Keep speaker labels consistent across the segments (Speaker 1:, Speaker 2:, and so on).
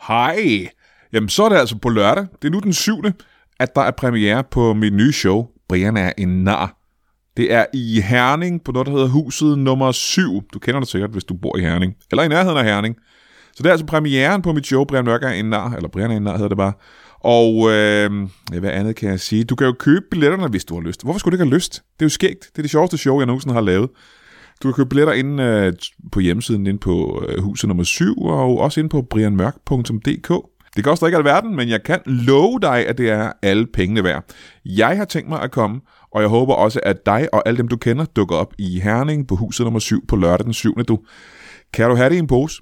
Speaker 1: Hej. Jamen, så er det altså på lørdag. Det er nu den 7., at der er premiere på mit nye show, Brian er en nar. Det er i Herning på noget, der hedder Huset nummer 7. Du kender det sikkert, hvis du bor i Herning. Eller i nærheden af Herning. Så det er altså premieren på mit show, Brian Mørk er en nar. Eller Brian er en nar hedder det bare. Og hvad andet kan jeg sige? Du kan jo købe billetterne, hvis du har lyst. Hvorfor skulle du ikke have lyst? Det er jo skægt. Det er det sjoveste show, jeg nogensinde har lavet. Du kan købe billetter inde på hjemmesiden, inde på Huset nummer 7, og også inde på brianmørk.dk. Det koster ikke alverden, men jeg kan love dig, at det er alle pengene værd. Jeg har tænkt mig at komme, og jeg håber også, at dig og alle dem, du kender, dukker op i Herning på Huset nummer 7 på lørdag den 7. Kan du have det i en pose?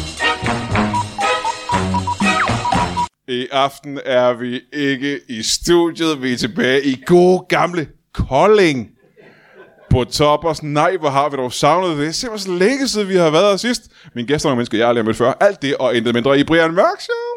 Speaker 1: I aften er vi ikke i studiet. Vi er tilbage i gode gamle Kolding på Toppers. Nej, hvor har vi dog savnet det. Se, hvor så længe siden vi har været her sidst. Mine gæster og mennesker, jeg har lige mødt før. Alt det og intet mindre i Brian Mørk Show.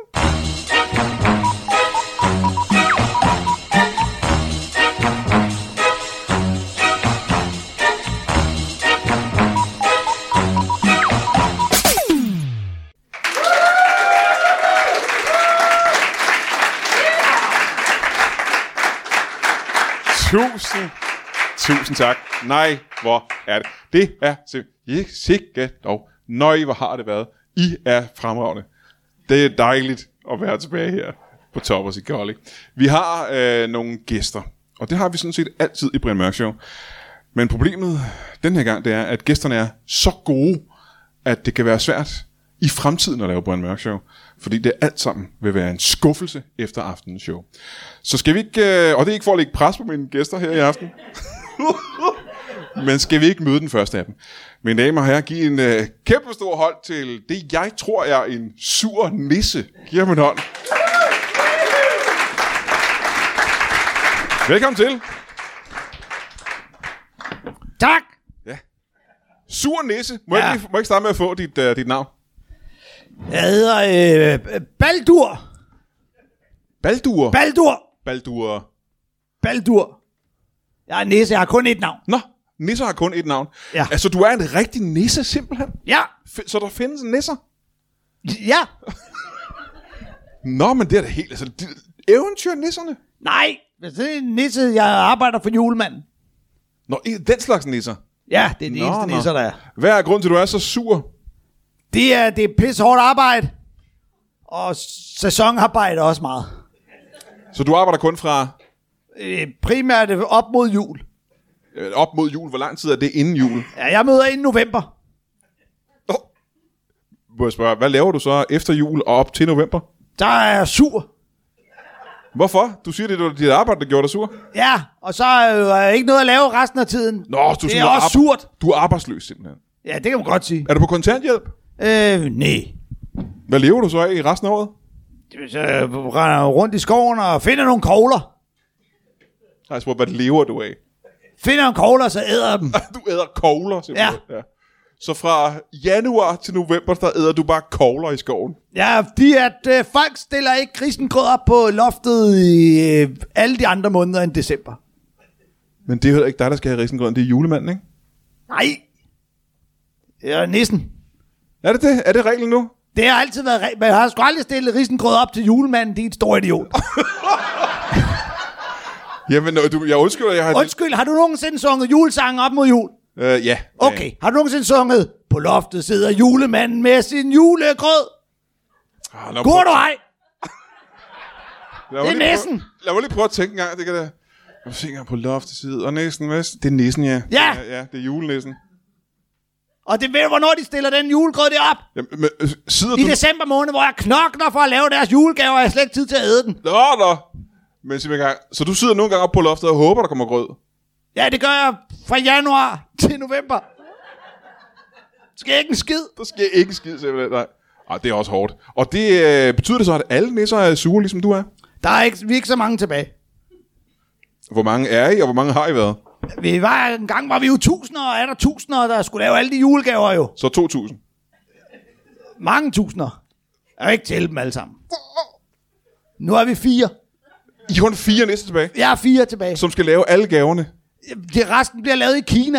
Speaker 1: Tusind tak. Nej, hvor er det. Det er sikkert dog. Nøj, hvor har det været. I er fremragende. Det er dejligt at være tilbage her på Toppers i Kolding. Vi har nogle gæster, og det har vi sådan set altid i Brian Mørk Show. Men problemet den her gang, det er, at gæsterne er så gode, at det kan være svært i fremtiden at lave Brian Mørk Show. Fordi det alt sammen vil være en skuffelse efter aftenens show. Så skal vi ikke, og det er ikke for at lægge pres på mine gæster her i aften, men skal vi ikke møde den første af dem? Mine damer og herrer, giv en kæmpe stor hånd til det, jeg tror er en sur nisse. Giv ham en hånd. Velkommen til.
Speaker 2: Tak.
Speaker 1: Ja. Sur nisse. Må jeg ikke starte med at få dit navn?
Speaker 2: Jeg hedder Baldur.
Speaker 1: Baldur?
Speaker 2: Baldur. Jeg er nisse, jeg har kun et navn.
Speaker 1: Nå, nisser har kun et navn.
Speaker 2: Ja.
Speaker 1: Altså, du er en rigtig nisse, simpelthen?
Speaker 2: Ja.
Speaker 1: Så der findes nisser?
Speaker 2: Ja.
Speaker 1: Nå, men det er da helt... Altså, eventyrnisserne?
Speaker 2: Nej, det er en nisse, jeg arbejder for julemanden.
Speaker 1: Nå, den slags nisser?
Speaker 2: Ja, det er den eneste nisser, der er.
Speaker 1: Hvad er grunden til, at du er så sur?
Speaker 2: Det er pisse hårdt arbejde. Og sæsonarbejde også meget.
Speaker 1: Så du arbejder kun fra...
Speaker 2: Primært op mod jul.
Speaker 1: Op mod jul? Hvor lang tid er det inden jul?
Speaker 2: Ja, jeg møder inden november.
Speaker 1: Må jeg spørge, hvad laver du så efter jul og op til november?
Speaker 2: Der er jeg sur.
Speaker 1: Hvorfor? Du siger, det var dit arbejde, der gjorde dig sur?
Speaker 2: Ja, og så er jeg ikke noget at lave resten af tiden.
Speaker 1: Nå,
Speaker 2: det er også surt.
Speaker 1: Du er arbejdsløs simpelthen.
Speaker 2: Ja, det kan man godt sige.
Speaker 1: Er du på kontanthjælp?
Speaker 2: Nej.
Speaker 1: Hvad lever du så af i resten af året?
Speaker 2: Jeg render rundt i skoven og finder nogle kogler.
Speaker 1: Jeg spurgte, hvad lever du af?
Speaker 2: Finder nogle kogler, så æder jeg dem.
Speaker 1: Du æder kogler simpelthen? Ja. Så fra januar til november, der æder du bare kogler i skoven?
Speaker 2: Ja, fordi at folk stiller ikke risengrød op på loftet i alle de andre måneder end december.
Speaker 1: Men det er jo ikke dig, der skal have risengrøden, det er julemanden, ikke?
Speaker 2: Nej. Det er nissen.
Speaker 1: Er det det? Er det reglen nu?
Speaker 2: Det har altid været reglen. Men jeg har sgu aldrig stillet risengrød op til julemanden, det er en stor idiot.
Speaker 1: Jamen, jeg undskylder, jeg har...
Speaker 2: Undskyld, har du nogensinde sunget julesange op mod jul?
Speaker 1: Ja.
Speaker 2: Okay, har du nogensinde sunget på loftet sidder julemanden med sin julegrød? God du ej! Det er næsten.
Speaker 1: Lad mig lige prøve at tænke en gang, det kan da... Jeg synger på loftet sidder, og næsten hvad? Det er nissen, ja.
Speaker 2: Ja,
Speaker 1: det er julenissen.
Speaker 2: Og det ved hvornår de stiller den julegrød derop?
Speaker 1: Jamen, sidder
Speaker 2: I december måned, hvor jeg knokler for at lave deres julegaver, og jeg har slet ikke tid til at æde den.
Speaker 1: Nå. Men så du sidder nogle gange op på loftet og håber, der kommer grød?
Speaker 2: Ja, det gør jeg fra januar til november. Der sker ikke en skid.
Speaker 1: Der sker ikke en skid, simpelthen. Nej. Det er også hårdt. Og det betyder det så, at alle nisser er sure, ligesom du er?
Speaker 2: Vi er ikke så mange tilbage.
Speaker 1: Hvor mange er I, og hvor mange har I været?
Speaker 2: En gang var vi jo tusinder, og er der tusinder, der skulle lave alle de julegaver jo.
Speaker 1: Så 2.000?
Speaker 2: Mange tusinder. Jeg vil ikke tælle dem alle sammen. Nu er vi 4.
Speaker 1: I har 4 nisser tilbage?
Speaker 2: Jeg er 4 tilbage.
Speaker 1: Som skal lave alle gaverne?
Speaker 2: Resten bliver lavet i Kina.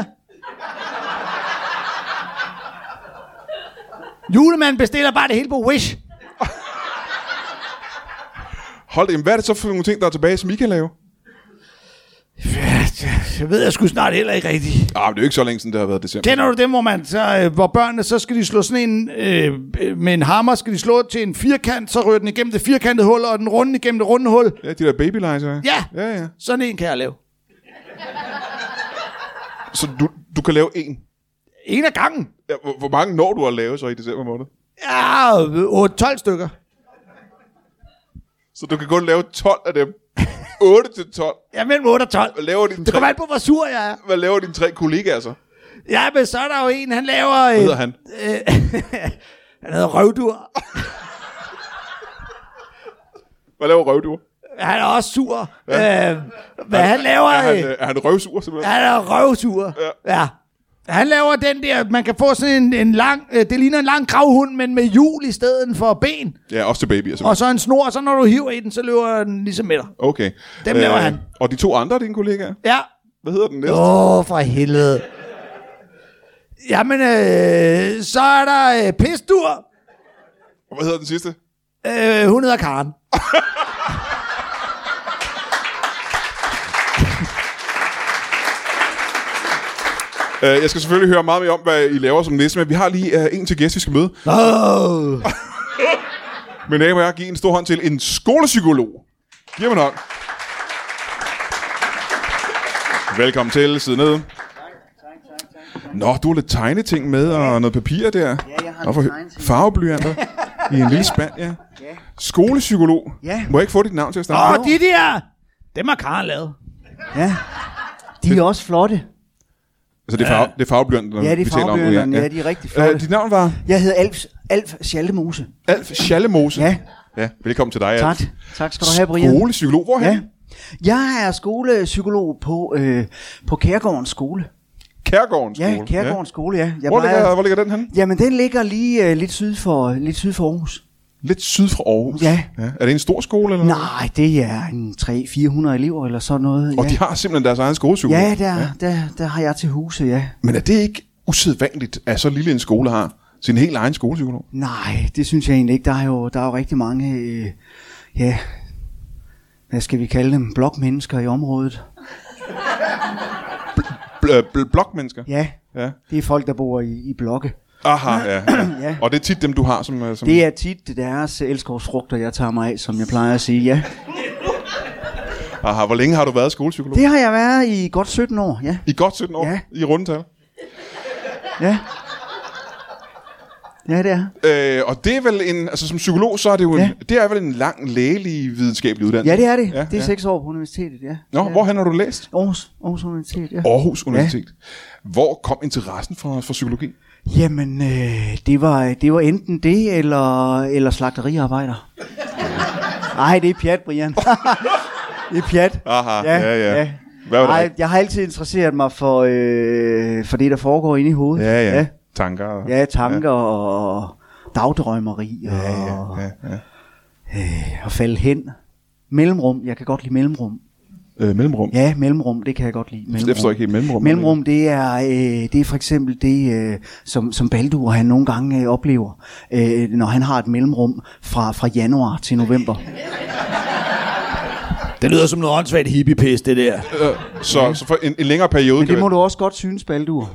Speaker 2: Julemanden bestiller bare det hele på Wish.
Speaker 1: Hold det, hvad er det så for nogle ting, der er tilbage, som I kan lave?
Speaker 2: Jeg ved jeg sgu snart heller ikke rigtigt.
Speaker 1: Men det er jo ikke så længe siden, det har været december.
Speaker 2: Kender du dem, hvor børnene, så skal de slå sådan en, med en hammer, skal de slå til en firkant, så rører den igennem det firkantede hul, og den runde igennem det runde hul.
Speaker 1: Ja, de der babylighter.
Speaker 2: Ja, sådan en kan jeg lave.
Speaker 1: Så du kan lave en?
Speaker 2: En af gangen.
Speaker 1: Ja, hvor mange når du at lave så i december måned?
Speaker 2: Ja, 12 stykker.
Speaker 1: Så du kan kun lave 12 af dem? 8 til 12?
Speaker 2: Ja, mellem 8 og 12. Det kommer an på, hvor sur jeg er.
Speaker 1: Hvad laver dine 3 kollegaer så?
Speaker 2: Ja, men så er der jo en, han laver...
Speaker 1: Hvad hedder han?
Speaker 2: Han hedder Røvdur.
Speaker 1: Hvad laver Røvdur?
Speaker 2: Han er også sur. Ja. Hvad han laver...
Speaker 1: Er han røvsur simpelthen?
Speaker 2: Han er røvsur. Ja. Han laver den der, man kan få sådan en lang, det ligner en lang gravhund, men med hjul i stedet for ben.
Speaker 1: Ja, også til babyer.
Speaker 2: Og så en snor, og så når du hiver i den, så løber den ligesom med dig.
Speaker 1: Okay.
Speaker 2: Dem laver han.
Speaker 1: Og de 2 andre af dine kollegaer?
Speaker 2: Ja.
Speaker 1: Hvad hedder den næste?
Speaker 2: For helvede. Jamen, så er der Pistur.
Speaker 1: Og hvad hedder den sidste?
Speaker 2: Hun hedder Karen.
Speaker 1: Jeg skal selvfølgelig høre meget mere om, hvad I laver som næste, men vi har lige en til gæst, vi skal møde. Men jeg må give en stor hånd til en skolepsykolog. Giv mig en hånd. Velkommen til, sidde ned. Tak. Nå, du har lidt tegneting med og noget papir der.
Speaker 3: Ja, jeg har lidt tegneting.
Speaker 1: Farveblyanter i en lille spand, ja. Skolepsykolog.
Speaker 3: Ja.
Speaker 1: Må jeg ikke få dit navn til at starte?
Speaker 2: De der, dem har Karen lavet.
Speaker 3: Ja, de er også flotte.
Speaker 1: Altså det er farveblyanterne,
Speaker 3: ja, det er farveblyanterne, ja, de er rigtig flotte.
Speaker 1: Dit navn var?
Speaker 3: Jeg hedder Alf Schallemose.
Speaker 1: Alf Schallemose?
Speaker 3: Ja.
Speaker 1: Ja, velkommen til dig, Alf.
Speaker 3: Tak skal du have, Brian.
Speaker 1: Skolepsykolog, hvorhen?
Speaker 3: Ja. Jeg er skolepsykolog på Kærgårdens skole.
Speaker 1: Kærgårdens skole?
Speaker 3: Ja, Kærgårdens skole, ja.
Speaker 1: Hvor ligger den henne?
Speaker 3: Jamen, den ligger lige lidt syd for Aarhus.
Speaker 1: Lidt syd for Aarhus?
Speaker 3: Ja.
Speaker 1: Er det en stor skole, eller noget?
Speaker 3: Nej, det er en 300-400 elever, eller sådan noget.
Speaker 1: Og de har simpelthen deres egen skolepsykolog?
Speaker 3: Ja, der har jeg til huse, ja.
Speaker 1: Men er det ikke usædvanligt, at så lille en skole har sin helt egen skolepsykolog?
Speaker 3: Nej, det synes jeg egentlig ikke. Der er jo rigtig mange, hvad skal vi kalde dem, blokmennesker i området.
Speaker 1: Blokmennesker?
Speaker 3: Ja, det er folk, der bor i blokke.
Speaker 1: Aha, ja. Og det er tit dem, du har som...
Speaker 3: Det er tit deres elskovsfrugter, jeg tager mig af, som jeg plejer at sige, ja.
Speaker 1: Aha, hvor længe har du været skolepsykolog?
Speaker 3: Det har jeg været i godt 17 år, ja.
Speaker 1: I godt 17 år?
Speaker 3: Ja.
Speaker 1: I rundetal?
Speaker 3: Ja. Ja, det er.
Speaker 1: Og det er vel en... Altså som psykolog, så er det jo det er vel en lang lægelig videnskabelig uddannelse?
Speaker 3: Ja, det er det. Ja, det er 6 år på universitetet, ja.
Speaker 1: Nå, hvorhen har du læst?
Speaker 3: Aarhus Universitet, ja.
Speaker 1: Aarhus Universitet. Ja. Hvor kom interessen for psykologi?
Speaker 3: Jamen, det var enten det, eller slagteriarbejder. Nej, det er pjat, Brian. Det er pjat.
Speaker 1: Aha, ja. Hvad var det?
Speaker 3: Jeg har altid interesseret mig for det, der foregår inde i hovedet.
Speaker 1: Ja. Tanker.
Speaker 3: Ja, tanker og dagdrømmeri og falde hen. Mellemrum, jeg kan godt lide mellemrum.
Speaker 1: Mellemrum?
Speaker 3: Ja, mellemrum, det kan jeg godt lide.
Speaker 1: Det forstår ikke helt mellemrum.
Speaker 3: Mellemrum, det er for eksempel det, som Baldur han nogle gange oplever, når han har et mellemrum fra januar til november.
Speaker 2: Det lyder som noget åndssvagt hippie-pis, det der.
Speaker 1: Så for en længere periode...
Speaker 3: Men det må du også godt synes, Baldur.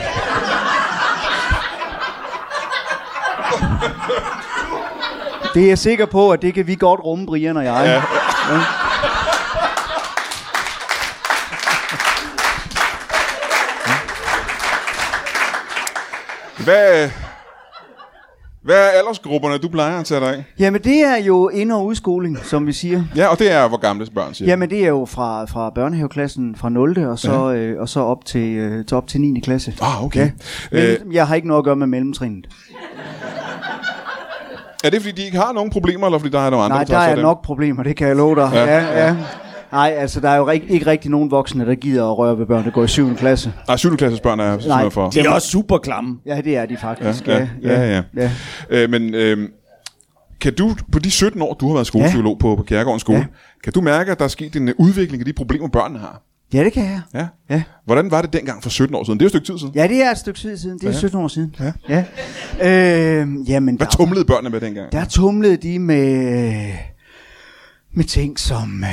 Speaker 3: Det er jeg sikker på, at det kan vi godt rumme, Brian og jeg. Ja.
Speaker 1: Hvad er aldersgrupperne, du plejer at tage dig af?
Speaker 3: Jamen, det er jo ind- og udskoling, som vi siger.
Speaker 1: Ja, og det er, hvor gamle børn siger.
Speaker 3: Jamen, det er jo fra børnehaveklassen fra 0. og så op til 9. klasse.
Speaker 1: Okay.
Speaker 3: Ja. Men jeg har ikke noget at gøre med mellemtrinnet.
Speaker 1: Er det, fordi de ikke har nogen problemer, eller fordi der er nogle andre,
Speaker 3: Nej, der er nok problemer, det kan jeg love dig. Ja. Nej, altså, der er jo ikke rigtig nogen voksne, der gider at røre ved børn, der går i 7. klasse.
Speaker 1: Nej, 7. klasses børn er sådan for.
Speaker 2: De er også super klamme.
Speaker 3: Ja, det er de faktisk.
Speaker 1: Ja. Men kan du, på de 17 år, du har været skolepsykolog på Kærgårdens skole, kan du mærke, at der er sket en udvikling af de problemer, børnene har?
Speaker 3: Ja, det kan jeg.
Speaker 1: Ja. Hvordan var det dengang for 17 år siden? Det er jo et stykke tid siden.
Speaker 3: Ja, det er et stykke tid siden. Det er 17 år siden. Ja. Jamen,
Speaker 1: hvad tumlede børnene med dengang?
Speaker 3: Der tumlede de med ting som,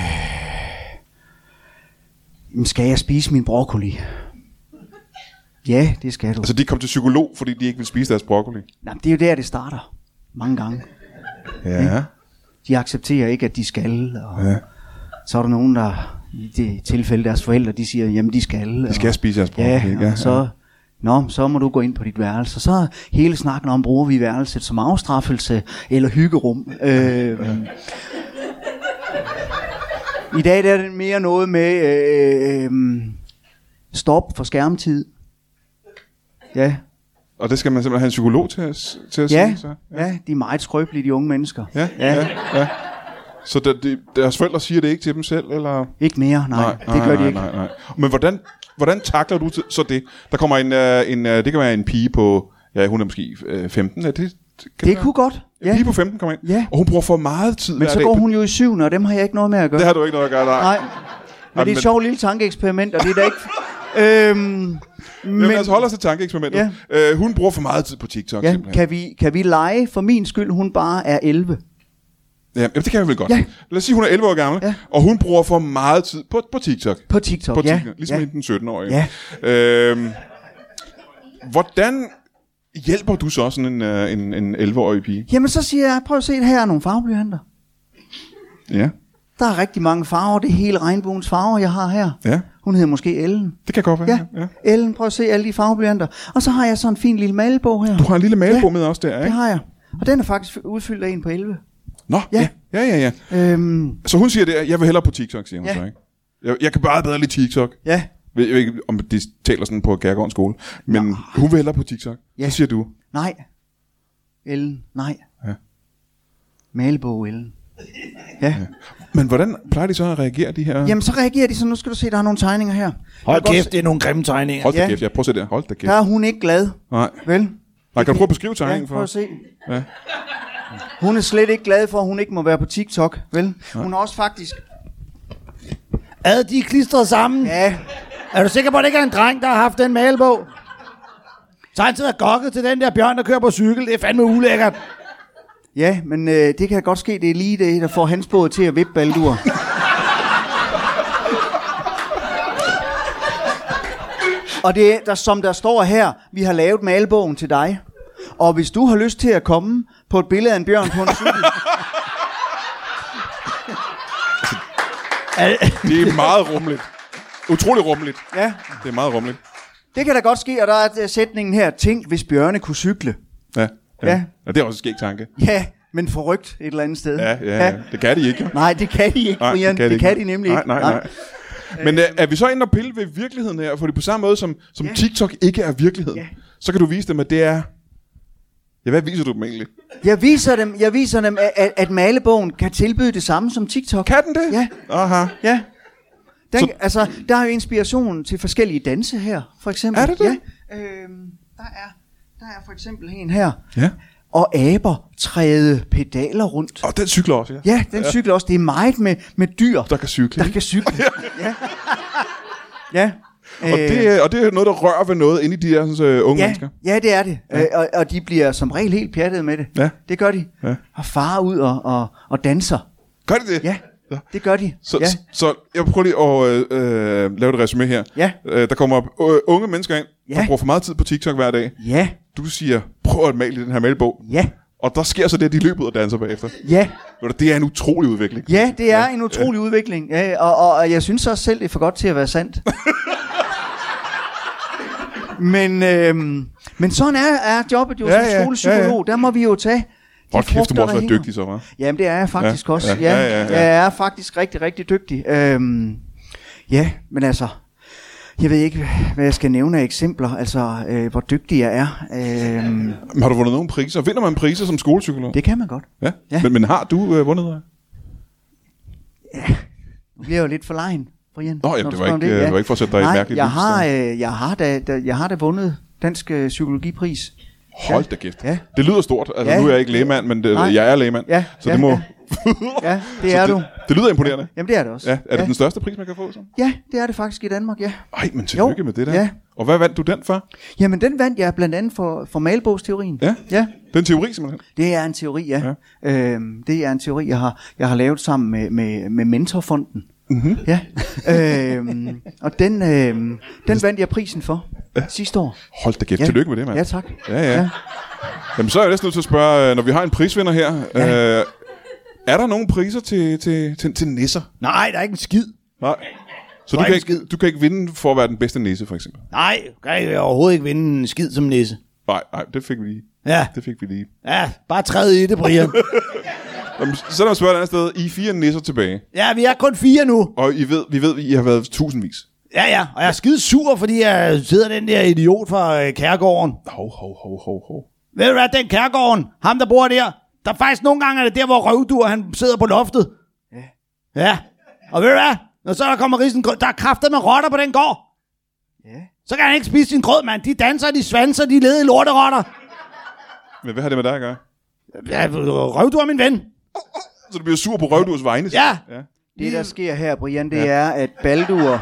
Speaker 3: skal jeg spise min broccoli? Ja, det skal du.
Speaker 1: Altså, de kom til psykolog, fordi de ikke vil spise deres broccoli?
Speaker 3: Nej, det er jo der, det starter. Mange gange.
Speaker 1: Ja.
Speaker 3: De accepterer ikke, at de skal. Og så er der nogen, der i det tilfælde deres forældre, de siger, jamen de skal.
Speaker 1: De skal spise deres broccoli,
Speaker 3: ja. Så må du gå ind på dit værelse. Og så hele snakken om, bruger vi værelset som afstraffelse eller hyggerum. I dag der er det mere noget med stop for skærmtid. Ja.
Speaker 1: Og det skal man simpelthen have en psykolog til at sige? Så?
Speaker 3: Ja, de er meget skrøbelige, de unge mennesker.
Speaker 1: Ja. Så deres forældre siger det ikke til dem selv? Eller?
Speaker 3: Ikke mere, nej. Det gør de ikke.
Speaker 1: Nej. Men hvordan takler du så det? Der kommer det kan være en pige på, hun er måske 15, er det?
Speaker 3: Det kunne godt.
Speaker 1: En pige på 15 kommer ind, og hun bruger for meget tid
Speaker 3: hver dag. Men så går hun jo i 7. og dem har jeg ikke noget med at gøre.
Speaker 1: Det har du ikke noget at gøre, nej.
Speaker 3: Men det er et sjovt lille tankeeksperiment, og det er da ikke...
Speaker 1: Men altså hold os til tankeeksperimentet. Ja. Hun bruger for meget tid på TikTok.
Speaker 3: Ja, kan vi lege for min skyld, hun bare er 11?
Speaker 1: Ja, det kan vi vel godt. Ja. Lad os sige, hun er 11 år gammel, og hun bruger for meget tid på TikTok.
Speaker 3: På TikTok, ja.
Speaker 1: Ligesom den 17-årige. Ja. Hvordan hjælper du så sådan en 11-årig pige?
Speaker 3: Jamen så siger jeg, prøv at se, her er nogle farveblyanter.
Speaker 1: Ja.
Speaker 3: Der er rigtig mange farver, det er hele regnbuens farver, jeg har her. Ja. Hun hedder måske Ellen.
Speaker 1: Det kan godt være.
Speaker 3: Ja. Ellen, prøv at se alle de farveblyanter. Og så har jeg sådan en fin lille malebog her.
Speaker 1: Du har en lille malebog med også der, ikke?
Speaker 3: Det har jeg. Og den er faktisk udfyldt af en på 11.
Speaker 1: Nå, ja. Så hun siger det, jeg vil hellere på TikTok, siger hun så, ikke? Jeg kan bare bedre lide TikTok. Ja. Jeg ved ikke, om de taler sådan på Kærgårdens skole, men hun vil hellere på TikTok. Ja. Så siger du?
Speaker 3: Nej. Ellen, nej. Ja. Malebog, Ellen. Ja.
Speaker 1: Men hvordan plejer de så at reagere, de her?
Speaker 3: Jamen så reagerer de så, nu skal du se, der er nogle tegninger her.
Speaker 2: Hold kæft, det er nogle grimme tegninger.
Speaker 1: Hold da kæft, prøv at se det. Hold da kæft.
Speaker 3: Der er hun ikke glad.
Speaker 1: Nej.
Speaker 3: Vel?
Speaker 1: Nej, kan du prøve at beskrive tegningen for?
Speaker 3: Prøv at se. Ja. Hun er slet ikke glad for, at hun ikke må være på TikTok, vel? Nej. Hun er også faktisk...
Speaker 2: De er klistret sammen?
Speaker 3: Ja.
Speaker 2: Er du sikker på, at det ikke er en dreng, der har haft den malebog? Så han sidder gokket til den der bjørn, der kører på cykel. Det er fandme ulækkert.
Speaker 3: Ja, men det kan godt ske, det er lige det, der får hans båd til at vippe Baldur. Og det er, som der står her, vi har lavet malebogen til dig. Og hvis du har lyst til at komme på et billede af en bjørn på en cykel...
Speaker 1: Det er meget rummeligt. Utrolig rummeligt.
Speaker 3: Ja.
Speaker 1: Det er meget rummeligt.
Speaker 3: Det kan da godt ske, og der er sætningen her, tænk hvis bjørne kunne cykle.
Speaker 1: Ja. Og det er også en skæg tanke.
Speaker 3: Ja, men forrygt et eller andet sted.
Speaker 1: Ja. Det kan de ikke.
Speaker 3: Nej, det kan de ikke, Brian. Det kan de nemlig ikke.
Speaker 1: Nej. Men er vi så inde og pille ved virkeligheden her? For på samme måde som TikTok ikke er virkeligheden, så kan du vise dem, at det er... Ja, hvad viser du dem egentlig?
Speaker 3: Jeg viser dem, at malebogen kan tilbyde det samme som TikTok.
Speaker 1: Kan den det?
Speaker 3: Ja.
Speaker 1: Aha.
Speaker 3: Ja. Altså, der er jo inspiration til forskellige danse her, for eksempel.
Speaker 1: Er det det?
Speaker 3: Ja. Der er for eksempel en her. Ja. Og aber træde pedaler rundt.
Speaker 1: Og den cykler også, ja.
Speaker 3: Ja, den cykler også. Det er meget med dyr.
Speaker 1: Der kan cykle.
Speaker 3: Ja. Ja.
Speaker 1: Og det er noget, der rører ved noget inde i de her unge mennesker.
Speaker 3: Ja, det er det. Ja. Og de bliver som regel helt pjattede med det. Ja. Det gør de. Ja. Og farer ud og danser.
Speaker 1: Gør de det?
Speaker 3: Ja, det gør de.
Speaker 1: Så jeg prøver lige at lave et resume her. Ja. Der kommer unge mennesker ind, der bruger for meget tid på TikTok hver dag. Ja. Du siger, prøv at male i den her malebog. Ja. Og der sker så det, at de løber ud og danser bagefter. Ja. Det er en utrolig udvikling.
Speaker 3: Ja, det er en utrolig udvikling. Ja, og jeg synes også selv, det er for godt til at være sandt. Men sådan er jobbet jo som skolepsykolog. Der må vi jo tage...
Speaker 1: Hold kæft, du må også være dygtig så, hva'?
Speaker 3: Jamen, det er jeg faktisk også. Ja. Jeg er faktisk rigtig, rigtig dygtig. Men altså... Jeg ved ikke, hvad jeg skal nævne af eksempler, altså hvor dygtig jeg er.
Speaker 1: Har du vundet nogle priser? Vinder man priser som skolepsykolog?
Speaker 3: Det kan man godt.
Speaker 1: Ja. Men har du vundet der?
Speaker 3: Ja, nu bliver jeg jo lidt for legen, Brian.
Speaker 1: Nå, jamen, det var ikke for at sætte dig i et mærkeligt lys.
Speaker 3: Jeg har da vundet Dansk Psykologipris.
Speaker 1: Hold da kæft. Ja. Det lyder stort. Altså, nu er jeg ikke lægemand, men jeg er lægemand. Ja. Så det må
Speaker 3: Ja, det er du.
Speaker 1: Det lyder imponerende.
Speaker 3: Jamen, det er det også.
Speaker 1: Ja, er det den største pris, man kan få så?
Speaker 3: Ja, det er det faktisk i Danmark, ja.
Speaker 1: Ej, men tillykke med det der.
Speaker 3: Ja.
Speaker 1: Og hvad vandt du den for?
Speaker 3: Jamen, den vandt jeg blandt andet for malbogsteorien.
Speaker 1: Ja?
Speaker 3: Ja.
Speaker 1: Den teori, simpelthen?
Speaker 3: Det er en teori, ja. Det er en teori, jeg har lavet sammen med Mentorfonden.
Speaker 1: Mm-hmm.
Speaker 3: Ja. Og den vandt jeg prisen for sidste år.
Speaker 1: Hold da kæft, tillykke med det, mand.
Speaker 3: Ja, tak.
Speaker 1: Ja. Jamen, så er jeg næsten nødt til at spørge, når vi har en prisvinder her, er der nogle priser til nisser?
Speaker 2: Nej, der er ikke en skid.
Speaker 1: Nej. Så du kan ikke vinde for at være den bedste nisse, for eksempel?
Speaker 2: Nej, kan jeg overhovedet ikke vinde en skid som nisse.
Speaker 1: Nej, det fik vi lige.
Speaker 2: Ja.
Speaker 1: Det fik vi lige.
Speaker 2: Ja, bare træde i det, Brian.
Speaker 1: Jamen, så lad mig spørge et andet sted. I er 4 nisser tilbage.
Speaker 2: Ja, vi er kun 4 nu.
Speaker 1: Og vi ved, I har været tusindvis.
Speaker 2: Ja, og jeg er skide sur, fordi jeg sidder den der idiot fra Kærgården.
Speaker 1: Hov.
Speaker 2: Ved du hvad, den Kærgården, ham der bor der faktisk nogle gange er det der, hvor Røvdur, han sidder på loftet. Ja, og ved du hvad, når så der kommer risengrød, der er kraftet med rotter på den gård.
Speaker 3: Ja.
Speaker 2: Så kan han ikke spise sin grød, mand. De danser, de svanser, de leder i lorterotter.
Speaker 1: Men hvad har det med dig at gøre?
Speaker 2: Ja, Røvdur er min ven.
Speaker 1: Så du bliver sur på Røvdurs vegne?
Speaker 2: Ja.
Speaker 3: Det, der sker her, Brian, det er, at Baldur,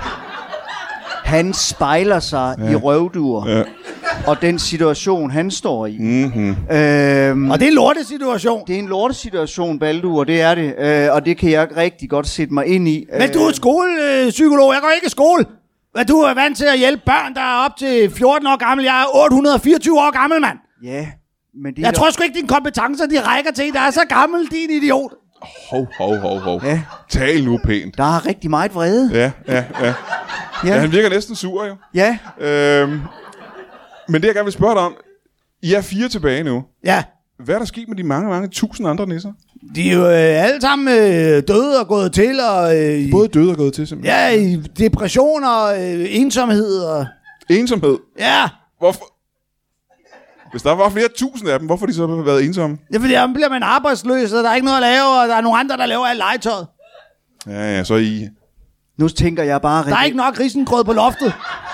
Speaker 3: han spejler sig i Røvdur. Ja. Og den situation, han står i.
Speaker 1: Mm-hmm.
Speaker 2: Og det er en lortesituation.
Speaker 3: Det er en lortesituation, Baldur, det er det. Og det kan jeg rigtig godt sætte mig ind i.
Speaker 2: Men du er skolepsykolog, jeg går ikke i skole. Du er vant til at hjælpe børn, der er op til 14 år gammel. Jeg er 824 år gammel, mand.
Speaker 3: Ja, men det
Speaker 2: jeg tror sgu ikke, dine kompetencer, de rækker til. Der er så gammel, din idiot.
Speaker 1: Hov.
Speaker 3: Ja.
Speaker 1: Tal nu pænt.
Speaker 3: Der er rigtig meget vrede.
Speaker 1: Ja, han virker næsten sur, jo.
Speaker 3: Ja.
Speaker 1: Men det, jeg gerne vil spørge dig om, I er 4 tilbage nu.
Speaker 2: Ja.
Speaker 1: Hvad er der sket med de mange tusind andre nisser?
Speaker 2: De er jo alle sammen døde og gået til. Og,
Speaker 1: både døde og gået til, simpelthen?
Speaker 2: Ja, i depression og ensomhed. Og...
Speaker 1: Ensomhed?
Speaker 2: Ja.
Speaker 1: Hvorfor? Hvis der var flere tusind af dem, hvorfor har de så været ensomme?
Speaker 2: Det er fordi, der bliver man arbejdsløs, og der er ikke noget at lave, og der er nogle andre, der laver alt legetøjet.
Speaker 1: Ja, så I...
Speaker 3: Nu tænker jeg bare...
Speaker 2: Der er ikke nok risengrød på loftet.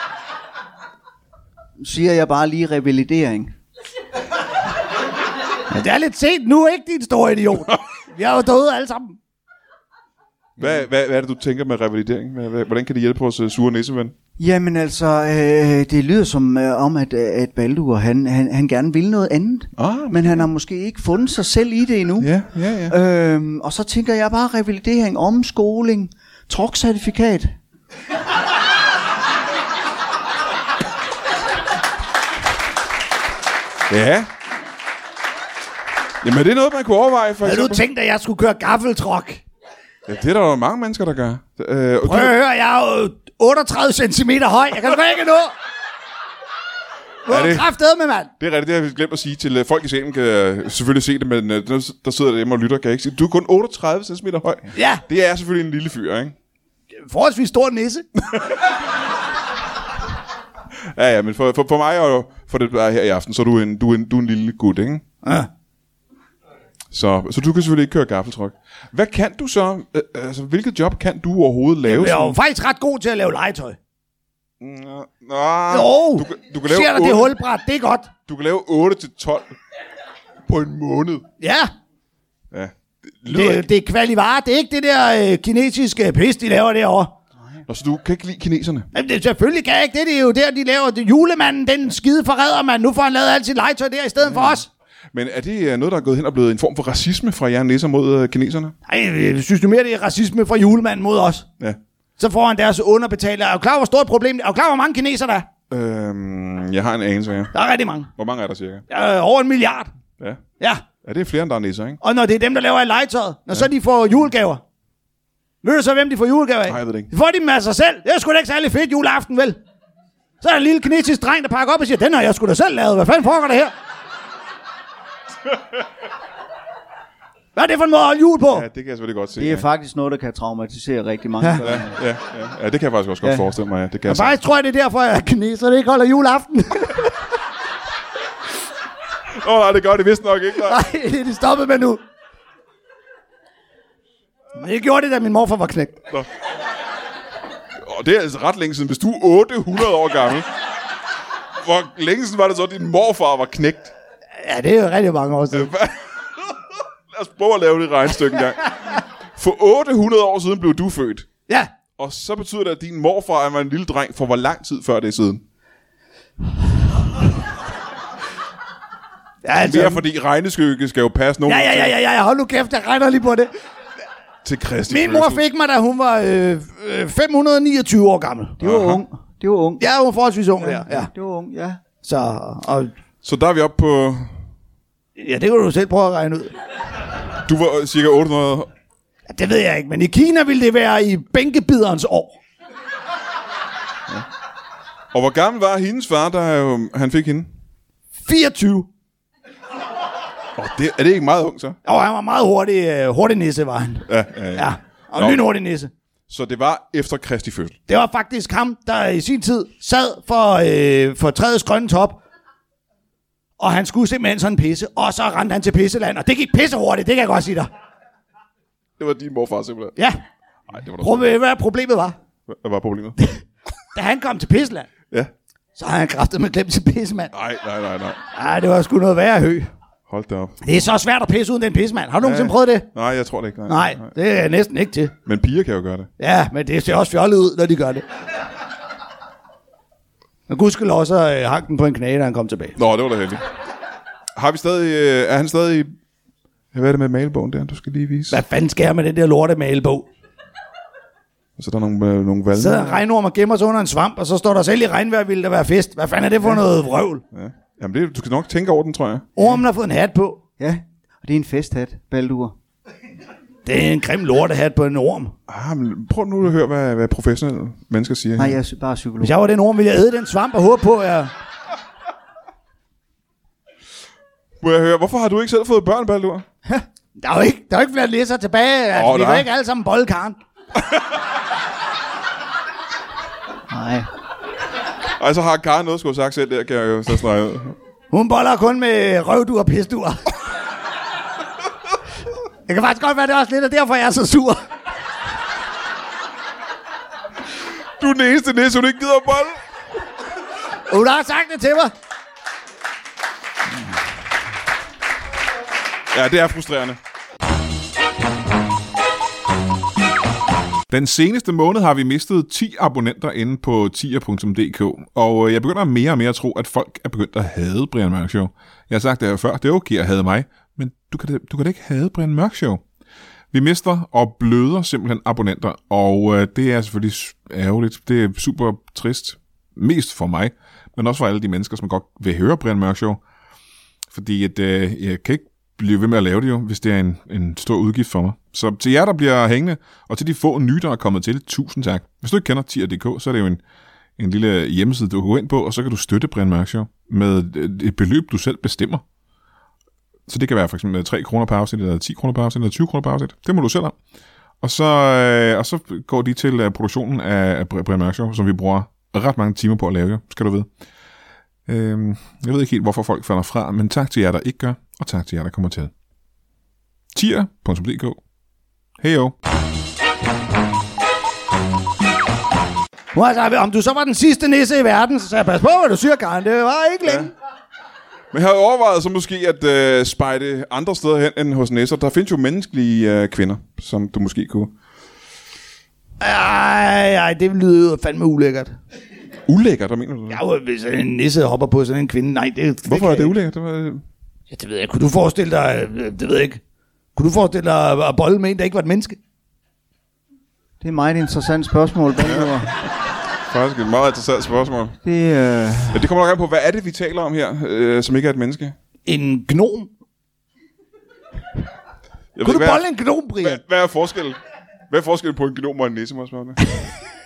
Speaker 3: Nu siger jeg bare lige revalidering.
Speaker 2: Ja, det er lidt sent nu, ikke, din store idiot? Vi er jo døde alle sammen.
Speaker 1: Hvad er det, du tænker med revalidering? Hvordan kan det hjælpe vores sure nisseven?
Speaker 3: Jamen altså, det lyder som om, at Baldur, han gerne vil noget andet. Men han har måske ikke fundet sig selv i det endnu.
Speaker 1: Ja.
Speaker 3: Og så tænker jeg bare revalidering, omskoling, truckcertifikat.
Speaker 1: Ja. Jamen, er det noget, man kunne overveje, for eksempel?
Speaker 2: Havde du tænkt, at jeg skulle køre gaffeltruck?
Speaker 1: Ja, det er der jo mange mennesker, der gør.
Speaker 2: Prøv at høre, jeg er jo 38 cm høj. Jeg kan sgu ikke nå. Hvor er kraftedeme, mand?
Speaker 1: Det er rigtigt, det har vi glemt at sige til folk i salen. Kan selvfølgelig se det, men der sidder der hjemme og lytter, kan jeg ikke sige. Du er kun 38 cm høj.
Speaker 2: Ja.
Speaker 1: Det er selvfølgelig en lille fyr, ikke?
Speaker 2: Forholdsvis stor nisse.
Speaker 1: Ja, men for mig og for det der her i aften, så er du er en lille gut, ikke?
Speaker 2: Ja.
Speaker 1: Så du kan selvfølgelig ikke køre gaffeltruck. Hvad kan du så? Altså, hvilket job kan du overhovedet lave?
Speaker 2: Jeg er jo faktisk ret god til at lave legetøj.
Speaker 1: Nå,
Speaker 2: du kan lave ser der det hulbræt, det er godt.
Speaker 1: Du kan lave 8-12 på en måned.
Speaker 2: Ja.
Speaker 1: Ja.
Speaker 2: Det er kvalivare, det er ikke det der kinesiske pis, de laver derovre.
Speaker 1: Og så du kan ikke lide kineserne?
Speaker 2: Jamen, selvfølgelig kan jeg ikke det. Det er jo der, de laver det. Julemanden, den skide forræder, mand. Nu får han lavet alt sit legetøj der i stedet for os.
Speaker 1: Men er det noget, der er gået hen og blevet en form for racisme fra jer nisser mod kineserne?
Speaker 2: Nej, jeg synes du mere, det er racisme fra julemanden mod os.
Speaker 1: Ja.
Speaker 2: Så får han deres underbetaler. Er du klar, hvor stort problem det er? Er du klar, hvor mange kineser der er?
Speaker 1: Jeg har en anelse, ja.
Speaker 2: Der er rigtig mange.
Speaker 1: Hvor mange er der cirka?
Speaker 2: Over 1 milliard.
Speaker 1: Ja.
Speaker 2: Ja.
Speaker 1: Ja, det er flere, end der er nisser, ikke?
Speaker 2: Og når det er dem, der laver legetøjet, når så de får julegaver. Ved du så, hvem de får julegaver af?
Speaker 1: Nej, jeg ved det ikke.
Speaker 2: De får dem af sig selv. Det er sgu da ikke særlig fedt juleaften, vel? Så er der en lille kinesisk dreng, der pakker op og siger, den har jeg sgu da selv lavet. Hvad fanden foregår det her? Hvad er det for en måde at holde jul på?
Speaker 1: Ja, det kan jeg selvfølgelig godt se.
Speaker 3: Det er faktisk noget, der kan traumatisere rigtig mange.
Speaker 1: Ja, det kan jeg faktisk også godt forestille mig. Ja. Det kan
Speaker 2: jeg faktisk tror jeg, det er derfor, at kineserne ikke holder juleaften.
Speaker 1: Nej, det gør det vist nok ikke.
Speaker 2: Nej, det er stoppet med nu. Men jeg gjorde det, da min morfar var knægt.
Speaker 1: Og det er altså ret længe siden. Hvis du er 800 år gammel, hvor længe siden var det så, at din morfar var knægt?
Speaker 2: Ja, det er jo rigtig mange år siden.
Speaker 1: Lad os prøve at lave det regnestykke engang. For 800 år siden blev du født.
Speaker 2: Ja.
Speaker 1: Og så betyder det, at din morfar var en lille dreng for hvor lang tid før det er siden?
Speaker 2: Ja, altså...
Speaker 1: Mere fordi regneskygge skal jo passe nogen.
Speaker 2: Ja, hold nu kæft, jeg regner lige på det.
Speaker 1: Til Kristi
Speaker 2: Min mor fik mig, da hun var 529 år gammel.
Speaker 3: Det var ung. Det var ung.
Speaker 2: Ja, hun var forholdsvis ung der. Ja.
Speaker 3: Det var ung, ja.
Speaker 1: Så der er vi oppe på...
Speaker 2: Ja, det kan du selv prøve at regne ud.
Speaker 1: Du var cirka 800...
Speaker 2: Ja, det ved jeg ikke, men i Kina ville det være i bænkebiderens år.
Speaker 1: Ja. Og hvor gammel var hendes far, da han fik hende?
Speaker 2: 24.
Speaker 1: Er det ikke meget ung, så?
Speaker 2: Jo, han var meget hurtig nisse, var han. Ja. Og en hurtig nisse.
Speaker 1: Så det var efter Kristi fødsel?
Speaker 2: Det var faktisk ham, der i sin tid sad for træets grønne top, og han skulle simpelthen sådan pisse, og så rendte han til pisseland, og det gik pisse hurtigt, det kan jeg godt sige dig.
Speaker 1: Det var din morfar simpelthen?
Speaker 2: Ja.
Speaker 1: Ej, det var
Speaker 2: hvad problemet var?
Speaker 1: Hvad var problemet?
Speaker 2: Da han kom til pisseland, så havde han kraftet med glemt sin pissemand.
Speaker 1: Nej.
Speaker 2: Nej, det var sgu noget værre hø.
Speaker 1: Hold da op.
Speaker 2: Det er så svært at pisse uden den pissemand. Har du nogensinde prøvet det?
Speaker 1: Nej, jeg tror det ikke.
Speaker 2: Nej, det er næsten ikke til.
Speaker 1: Men piger kan jo gøre det.
Speaker 2: Ja, men det ser også fjollet ud, når de gør det. Men gudskelov så hang den på en knæ, da han kom tilbage.
Speaker 1: Nå, det var da heldigt. Har vi stadig... er han stadig... Hvad er det med malebogen der, du skal lige vise?
Speaker 2: Hvad fanden sker med den der lorte malebog?
Speaker 1: Og så er der nogle valg.
Speaker 2: Så er der en regnorm og gemmer sig under en svamp, og så står der selv i regnvejr, vil der være fest. Hvad fanden er det for noget vrøvl?
Speaker 1: Ja. Jamen, du skal nok tænke over den, tror jeg.
Speaker 2: Ormen har fået en hat på.
Speaker 3: Ja, og det er en festhat, Baldur.
Speaker 2: Det er en grim lortehat på en orm.
Speaker 1: Men prøv nu at høre, hvad professionelle mennesker siger.
Speaker 3: Nej, jeg er bare psykolog.
Speaker 2: Hvis jeg var den orm, ville jeg æde den svamp og håbe på, at jeg...
Speaker 1: Må jeg høre, hvorfor har du ikke selv fået børn, Baldur?
Speaker 2: Der er jo ikke flere læser tilbage. Altså, vi kan ikke alle sammen bolle Karen.
Speaker 3: Nej.
Speaker 1: Og så har Karen noget skulle have sagt selv, der kan jeg jo så strege ud.
Speaker 2: Hun boller kun med røvdur og pisdur. Det kan faktisk godt være, det er også lidt, og derfor jeg er så sur.
Speaker 1: Du er den eneste nisse, hun ikke gider at bolle.
Speaker 2: Hun har sagt det til mig.
Speaker 1: Ja, det er frustrerende. Den seneste måned har vi mistet 10 abonnenter inde på tier.dk, og jeg begynder mere og mere at tro, at folk er begyndt at hade Brian Mørk Show. Jeg har sagt det jo før, det er okay at hade mig, men du kan da ikke hade Brian Mørk Show. Vi mister og bløder simpelthen abonnenter, og det er selvfølgelig ærgerligt. Det er super trist, mest for mig, men også for alle de mennesker, som godt vil høre Brian Mørk Show. Fordi at, jeg kan ikke blive ved med at lave det jo, hvis det er en stor udgift for mig. Så til jer, der bliver hængende, og til de få nye, der er kommet til, tusind tak. Hvis du ikke kender tier.dk, så er det jo en lille hjemmeside, du kan gå ind på, og så kan du støtte Brian Mørk Show med et beløb, du selv bestemmer. Så det kan være for eksempel 3 kroner per afsnit, eller 10 kroner per afsnit, eller 20 kroner per afsnit. Det må du selv have. Og så går de til produktionen af Brian Mørk Show, som vi bruger ret mange timer på at lave, skal du vide. Jeg ved ikke helt, hvorfor folk falder fra, men tak til jer, der ikke gør, og tak til jer, der kommer til. tier.dk. Heyo.
Speaker 2: Altså, om du så var den sidste nisse i verden, så sagde jeg, pas på, hvad du siger, Karen. Det var ikke længe. Ja.
Speaker 1: Men jeg har overvejet så måske at spejde andre steder hen end hos nisser. Der findes jo menneskelige kvinder, som du måske kunne.
Speaker 2: Ej, det lyder fandme ulækkert.
Speaker 1: Ulækkert, hvad mener du?
Speaker 2: Ja, hvis en nisse hopper på sådan en kvinde, nej, det...
Speaker 1: Hvorfor er det ulækkert?
Speaker 2: Ja, det ved jeg. Kunne du forestille dig... Det ved jeg ikke. Kunne du forestille dig at bolle med en, der ikke var et menneske?
Speaker 3: Det er et meget interessant spørgsmål, Baldur.
Speaker 1: Faktisk et meget interessant spørgsmål. Ja, det kommer nok an på, hvad er det, vi taler om her, som ikke er et menneske? En
Speaker 2: gnom. Kunne du bolle en gnom, Brian?
Speaker 1: Hvad er forskellen? Hvad er forskellen på en gnom og en nisse, må jeg spørge dig?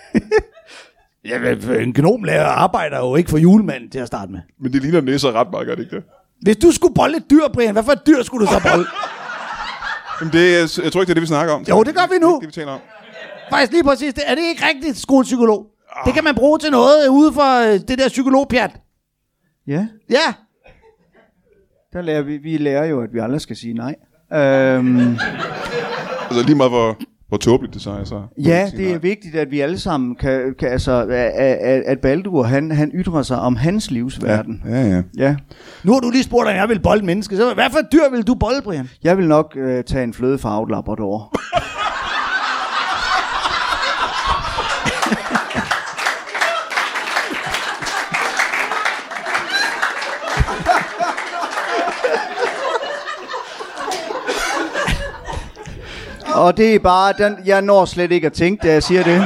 Speaker 2: Ja, en gnom arbejder jo ikke for julemanden til at starte med.
Speaker 1: Men det ligner nisser ret meget, gør det ikke det?
Speaker 2: Hvis du skulle bolle et dyr, Brian, hvad for et dyr skulle du så bolle?
Speaker 1: Jamen jeg tror ikke, det er det, vi snakker om.
Speaker 2: Jo, det gør vi nu.
Speaker 1: Det er det, vi taler om.
Speaker 2: Faktisk lige præcis. Er det ikke rigtigt, skolepsykolog? Det kan man bruge til noget ude for det der psykologpjat.
Speaker 3: Ja.
Speaker 2: Ja.
Speaker 3: Der lærer vi lærer jo, at vi aldrig skal sige nej.
Speaker 1: Altså lige meget Hvor tåbeligt det så er. Så
Speaker 3: ja, det er vigtigt, at vi alle sammen kan altså, at Baldur, han ytrer sig om hans livsverden.
Speaker 1: Ja.
Speaker 2: Nu har du lige spurgt, om jeg vil bolde menneske. Så hvad for et dyr vil du bolde, Brian?
Speaker 3: Jeg vil nok tage en flødefarvet labrador. Og det er bare, jeg når slet ikke at tænke, da jeg siger det.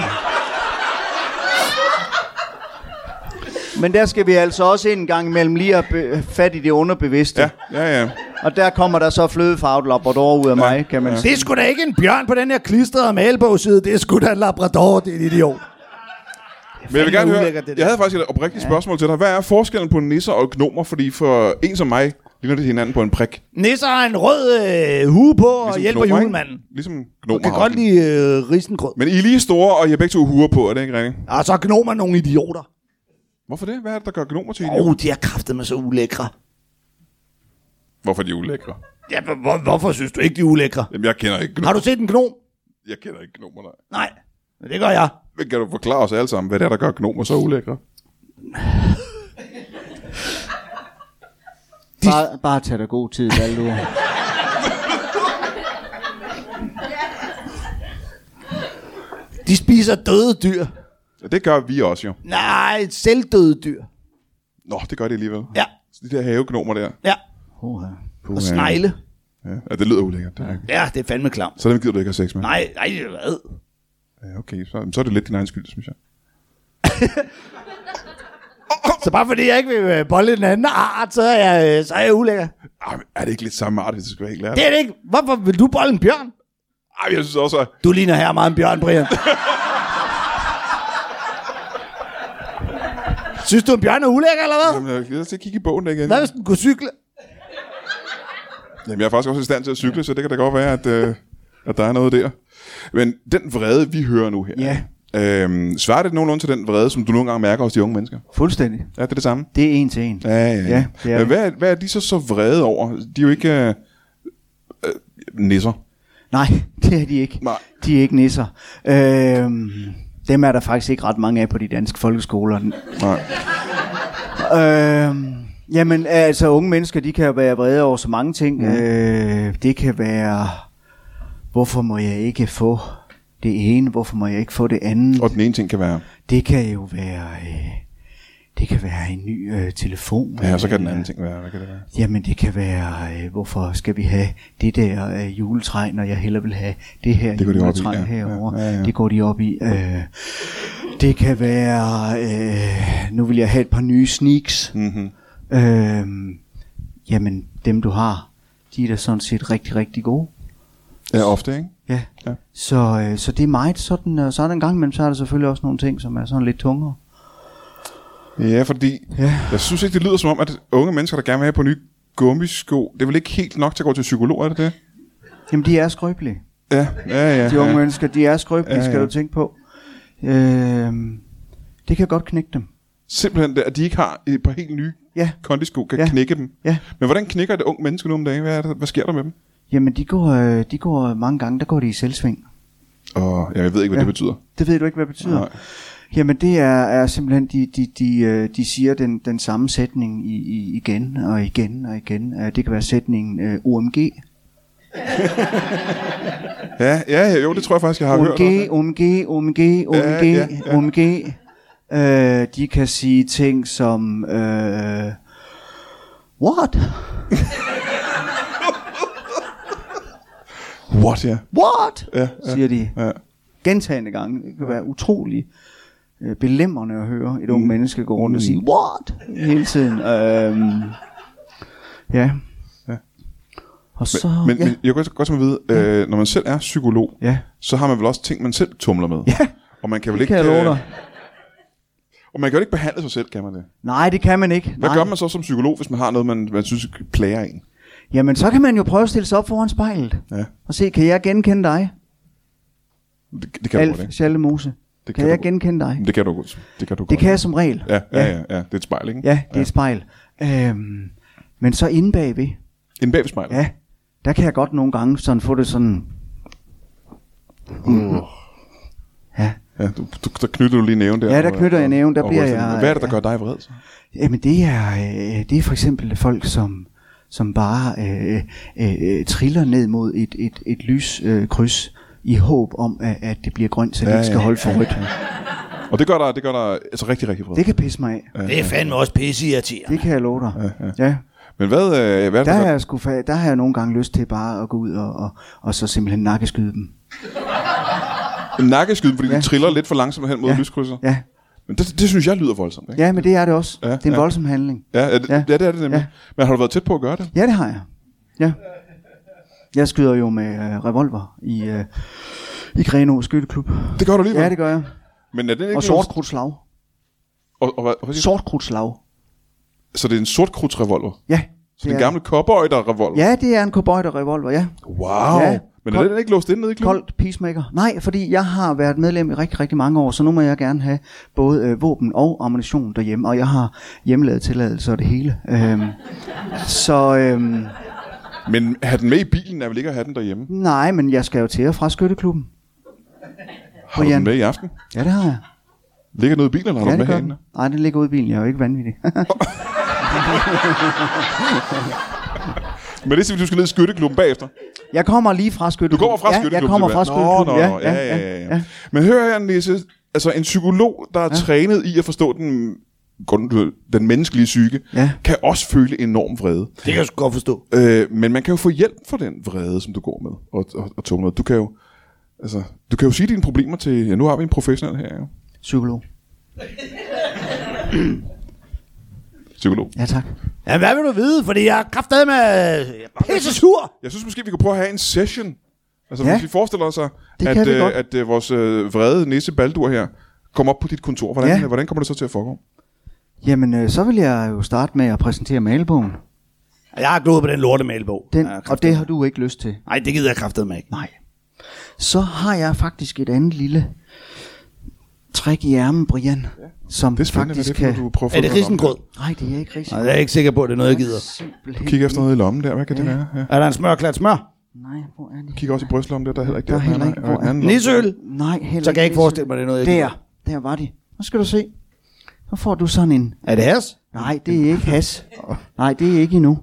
Speaker 3: Men der skal vi altså også en gang imellem lige have fat i det underbevidste.
Speaker 1: Ja.
Speaker 3: Og der kommer der så flødefarvet labrador ud af mig, kan man sige.
Speaker 2: Det er sgu da ikke en bjørn på den her klistrede malbogside. Det er sgu da en labrador, det er en idiot.
Speaker 1: Men jeg vil gerne høre, jeg havde faktisk et oprigtigt spørgsmål til dig. Hvad er forskellen på nisser og gnomer? Fordi for en som mig ligner det hinanden på en prik.
Speaker 2: Nisser har en rød hue på og
Speaker 1: ligesom
Speaker 2: hjælper
Speaker 1: gnomer,
Speaker 2: julemanden.
Speaker 1: Ligesom gnomer
Speaker 2: kan godt lide risengrød.
Speaker 1: Men I er lige store, og I har begge to huer på, er det ikke rigtigt?
Speaker 2: Og så er gnomer nogle idioter.
Speaker 1: Hvorfor det? Hvad er det, der gør gnomer til idioter?
Speaker 2: De har kraftedeme så ulækre.
Speaker 1: Hvorfor er de ulækre?
Speaker 2: Ja, hvorfor synes du ikke, de er ulækre?
Speaker 1: Jamen, jeg kender ikke gnomer.
Speaker 2: Har du set en gnom?
Speaker 1: Jeg kender ikke gnomer, nej.
Speaker 2: Nej, men det gør jeg.
Speaker 1: Men kan du forklare os alle sammen, hvad det er, der gør gnomer så ulækre?
Speaker 3: Bare tag dig god tid, Baldur.
Speaker 2: De spiser døde dyr.
Speaker 1: Ja, det gør vi også jo.
Speaker 2: Nej, selvdøde dyr.
Speaker 1: Nå, det gør det alligevel.
Speaker 2: Ja.
Speaker 1: De der havegnomer der.
Speaker 2: Ja. Og snegle.
Speaker 1: Ja, det lyder ulækkert. Det er
Speaker 2: ja, det er fandme klamt.
Speaker 1: Så dem gider du ikke have sex med?
Speaker 2: Nej, hvad?
Speaker 1: Ja, okay, så er det lidt din egen skyld, synes jeg.
Speaker 2: Så bare fordi jeg ikke vil bolle en anden art, så er jeg ulækker.
Speaker 1: Er det ikke lidt samme art, hvis det skal være helt lært?
Speaker 2: Det er det ikke. Hvorfor vil du bolle en bjørn?
Speaker 1: Jeg synes også, at...
Speaker 2: Du ligner her meget en bjørn, Brian. Synes du, en bjørn er ulækker, eller hvad?
Speaker 1: Jamen, jeg gider til at kigge i bogen igen.
Speaker 2: Hvad hvis den kunne cykle?
Speaker 1: Jamen, jeg er faktisk også i stand til at cykle, så det kan da godt være, at der er noget der. Men den vrede, vi hører nu her, svarer det nogenlunde til den vrede, som du nogle gange mærker hos de unge mennesker?
Speaker 3: Fuldstændig.
Speaker 1: Ja, det er det samme?
Speaker 3: Det er en til en.
Speaker 1: Ja. Men hvad er de så vrede over? De er jo ikke nisser.
Speaker 3: Nej, det er de ikke.
Speaker 1: Nej.
Speaker 3: De er ikke nisser. Dem er der faktisk ikke ret mange af på de danske folkeskoler.
Speaker 1: Nej.
Speaker 3: Jamen, altså unge mennesker, de kan jo være vrede over så mange ting. Det kan være, hvorfor må jeg ikke få det ene, hvorfor må jeg ikke få det andet?
Speaker 1: Og den ene ting kan være?
Speaker 3: Det kan jo være, det kan være en ny telefon.
Speaker 1: Ja, og så kan den anden ting være, hvad kan det være?
Speaker 3: Jamen, det kan være, hvorfor skal vi have det der juletræ, når jeg hellere vil have det her det juletræ herovre. Ja. Det går de op i. Det kan være, nu vil jeg have et par nye sneaks.
Speaker 1: Mm-hmm.
Speaker 3: Jamen, dem du har, de er da sådan set rigtig, rigtig gode.
Speaker 1: Ja, ofte, ikke?
Speaker 3: Ja. Så det er meget sådan, og så er der en gang imellem, så er der selvfølgelig også nogle ting, som er sådan lidt tungere.
Speaker 1: Ja, fordi jeg synes ikke, det lyder som om, at unge mennesker, der gerne vil have på nye gummisko, det er vel ikke helt nok til at gå til psykolog, er det det?
Speaker 3: Jamen, de er skrøbelige.
Speaker 1: Ja.
Speaker 3: De unge mennesker, de er skrøbelige, skal du tænke på. Det kan godt knække dem.
Speaker 1: Simpelthen det, at de ikke har et par helt nye kondisko, kan knække dem.
Speaker 3: Ja.
Speaker 1: Men hvordan knækker det unge mennesker nu om dagen? Hvad sker der med dem?
Speaker 3: Jamen, de går mange gange, der går de i selvsving.
Speaker 1: Og jeg ved ikke, hvad det betyder.
Speaker 3: Det ved du ikke, hvad det betyder?
Speaker 1: Nej.
Speaker 3: Jamen, det er simpelthen, de siger den samme sætning igen og igen og igen. Det kan være sætningen OMG.
Speaker 1: Jo, det tror jeg faktisk, jeg har hørt.
Speaker 3: OMG. De kan sige ting som what?
Speaker 1: What, ja.
Speaker 3: What?
Speaker 1: Ja.
Speaker 3: Siger de. Ja. Gentagende gange. Det kan være utrolig belemrende at høre et unge menneske gå rundt og sige what? Hele tiden. Ja. Og så,
Speaker 1: men jeg kan godt vide, når man selv er psykolog, så har man vel også ting, man selv tumler med.
Speaker 3: Ja.
Speaker 1: Og man kan vel ikke... Og man kan jo ikke behandle sig selv, kan man det?
Speaker 3: Nej, det kan man ikke.
Speaker 1: Hvad gør man så som psykolog, hvis man har noget, man synes plager en?
Speaker 3: Jamen, så kan man jo prøve at stille sig op foran spejlet. Ja. Og se, kan jeg genkende dig?
Speaker 1: Det kan
Speaker 3: Alf
Speaker 1: du godt,
Speaker 3: Schaldemose. Kan jeg genkende dig?
Speaker 1: Det kan du godt.
Speaker 3: Det kan jeg som regel.
Speaker 1: Ja. Det er et spejl, ikke?
Speaker 3: Ja, det er et spejl. Men så inde bagved.
Speaker 1: Inde bagved spejlet?
Speaker 3: Ja. Der kan jeg godt nogle gange sådan få det sådan... Ja.
Speaker 1: Ja, der knytter du lige næven der.
Speaker 3: Ja, der knytter jeg næven, der bliver jeg...
Speaker 1: Hvad er det, der gør dig vred så?
Speaker 3: Jamen, det er for eksempel folk, som bare triller ned mod et lyskryds i håb om, at det bliver grønt, så det ikke skal holde for rødt.
Speaker 1: Og det gør dig altså rigtig, rigtig vred.
Speaker 3: Det kan pisse mig af.
Speaker 2: Ja. Det er fandme også pisseirriterende.
Speaker 3: Det kan jeg love dig. Ja.
Speaker 1: Men hvad
Speaker 3: der har jeg nogle gange lyst til bare at gå ud og så simpelthen nakkeskyde dem.
Speaker 1: Nakkeskyde, fordi de triller lidt for langsomt hen mod lyskrydser?
Speaker 3: Ja.
Speaker 1: Men det synes jeg lyder voldsomt, ikke?
Speaker 3: Ja, men det er det også. Det er en voldsom handling.
Speaker 1: Ja, det er det nemlig. Ja. Men har du været tæt på at gøre det?
Speaker 3: Ja, det har jeg. Ja. Jeg skyder jo med revolver i Grenaa Skytteklub.
Speaker 1: Det gør du lige.
Speaker 3: Ja, det gør jeg.
Speaker 1: Men er det ikke
Speaker 3: og sortkrudtslag.
Speaker 1: Og hvad
Speaker 3: sortkrudtslag.
Speaker 1: Så det er en sortkrudtsrevolver?
Speaker 3: Ja.
Speaker 1: Så det er en gammel cowboy-revolver?
Speaker 3: Ja, det er en cowboy-revolver, ja.
Speaker 1: Wow. Ja. Men er den ikke låst inde nede i klubben?
Speaker 3: Koldt peacemaker. Nej, fordi jeg har været medlem i rigtig, rigtig mange år, så nu må jeg gerne have både våben og ammunition derhjemme, og jeg har hjemmelavet tilladelse og det hele.
Speaker 1: Men have den med i bilen er vel ikke at have den derhjemme?
Speaker 3: Nej, men jeg skal jo til og fra skytteklubben.
Speaker 1: Har du den med i aften?
Speaker 3: Ja, det har jeg.
Speaker 1: Ligger den ude i bilen, eller har du den med herinde?
Speaker 3: Nej, den ligger ude i bilen. Jeg er jo ikke vanvittig.
Speaker 1: Men det er simpelthen, du skal ned i skytteklubben bagefter?
Speaker 3: Jeg kommer lige fra skytteklubben.
Speaker 1: Du kommer fra skytteklubben?
Speaker 3: Jeg kommer fra skytteklubben,
Speaker 1: ja. Men hør her, Nisse. Altså en psykolog, der er trænet i at forstå den menneskelige psyke, kan også føle enorm vrede.
Speaker 2: Det kan jeg godt forstå.
Speaker 1: Men man kan jo få hjælp for den vrede, som du går med og tumler. Du kan jo sige dine problemer til... Ja, nu har vi en professionel her, jo.
Speaker 3: Psykolog.
Speaker 1: Psykolog.
Speaker 3: Ja, tak.
Speaker 2: Ja, hvad vil du vide? Fordi jeg er kraftedeme pisse sur.
Speaker 1: Jeg synes måske, vi kan prøve at have en session. Altså, hvis vi forestiller os, at vores vrede Nisse Baldur her kommer op på dit kontor. Hvordan kommer det så til at foregå?
Speaker 3: Jamen, så vil jeg jo starte med at præsentere malebogen.
Speaker 2: Jeg har glået på den lorte malebog.
Speaker 3: Og det har du ikke lyst til?
Speaker 2: Nej, det gider jeg kraftedeme ikke.
Speaker 3: Nej. Så har jeg faktisk et andet lille træk i ærmen, Brian. Som
Speaker 1: det er spændende,
Speaker 3: faktisk
Speaker 1: hvad det er, du prøver.
Speaker 2: Er det risengrød?
Speaker 3: Nej, det er ikke risengrød.
Speaker 2: Nej, jeg er ikke sikker på, at det er noget, jeg gider.
Speaker 1: Du kigger efter noget i lommen der, hvad kan det være? Ja.
Speaker 2: Er der en smørklat smør?
Speaker 3: Nej, hvor er det?
Speaker 1: Du kigger også i brystlommen der er heller ikke
Speaker 3: der. Der er heller ikke. Hvor er
Speaker 2: Nisøl?
Speaker 3: Nej, heller ikke.
Speaker 2: Så kan jeg ikke forestille mig, det er noget, jeg gider.
Speaker 3: Der var de. Nu skal du se. Så får du sådan en...
Speaker 2: Er det has?
Speaker 3: Nej, det er ikke has. Nej, det er ikke endnu.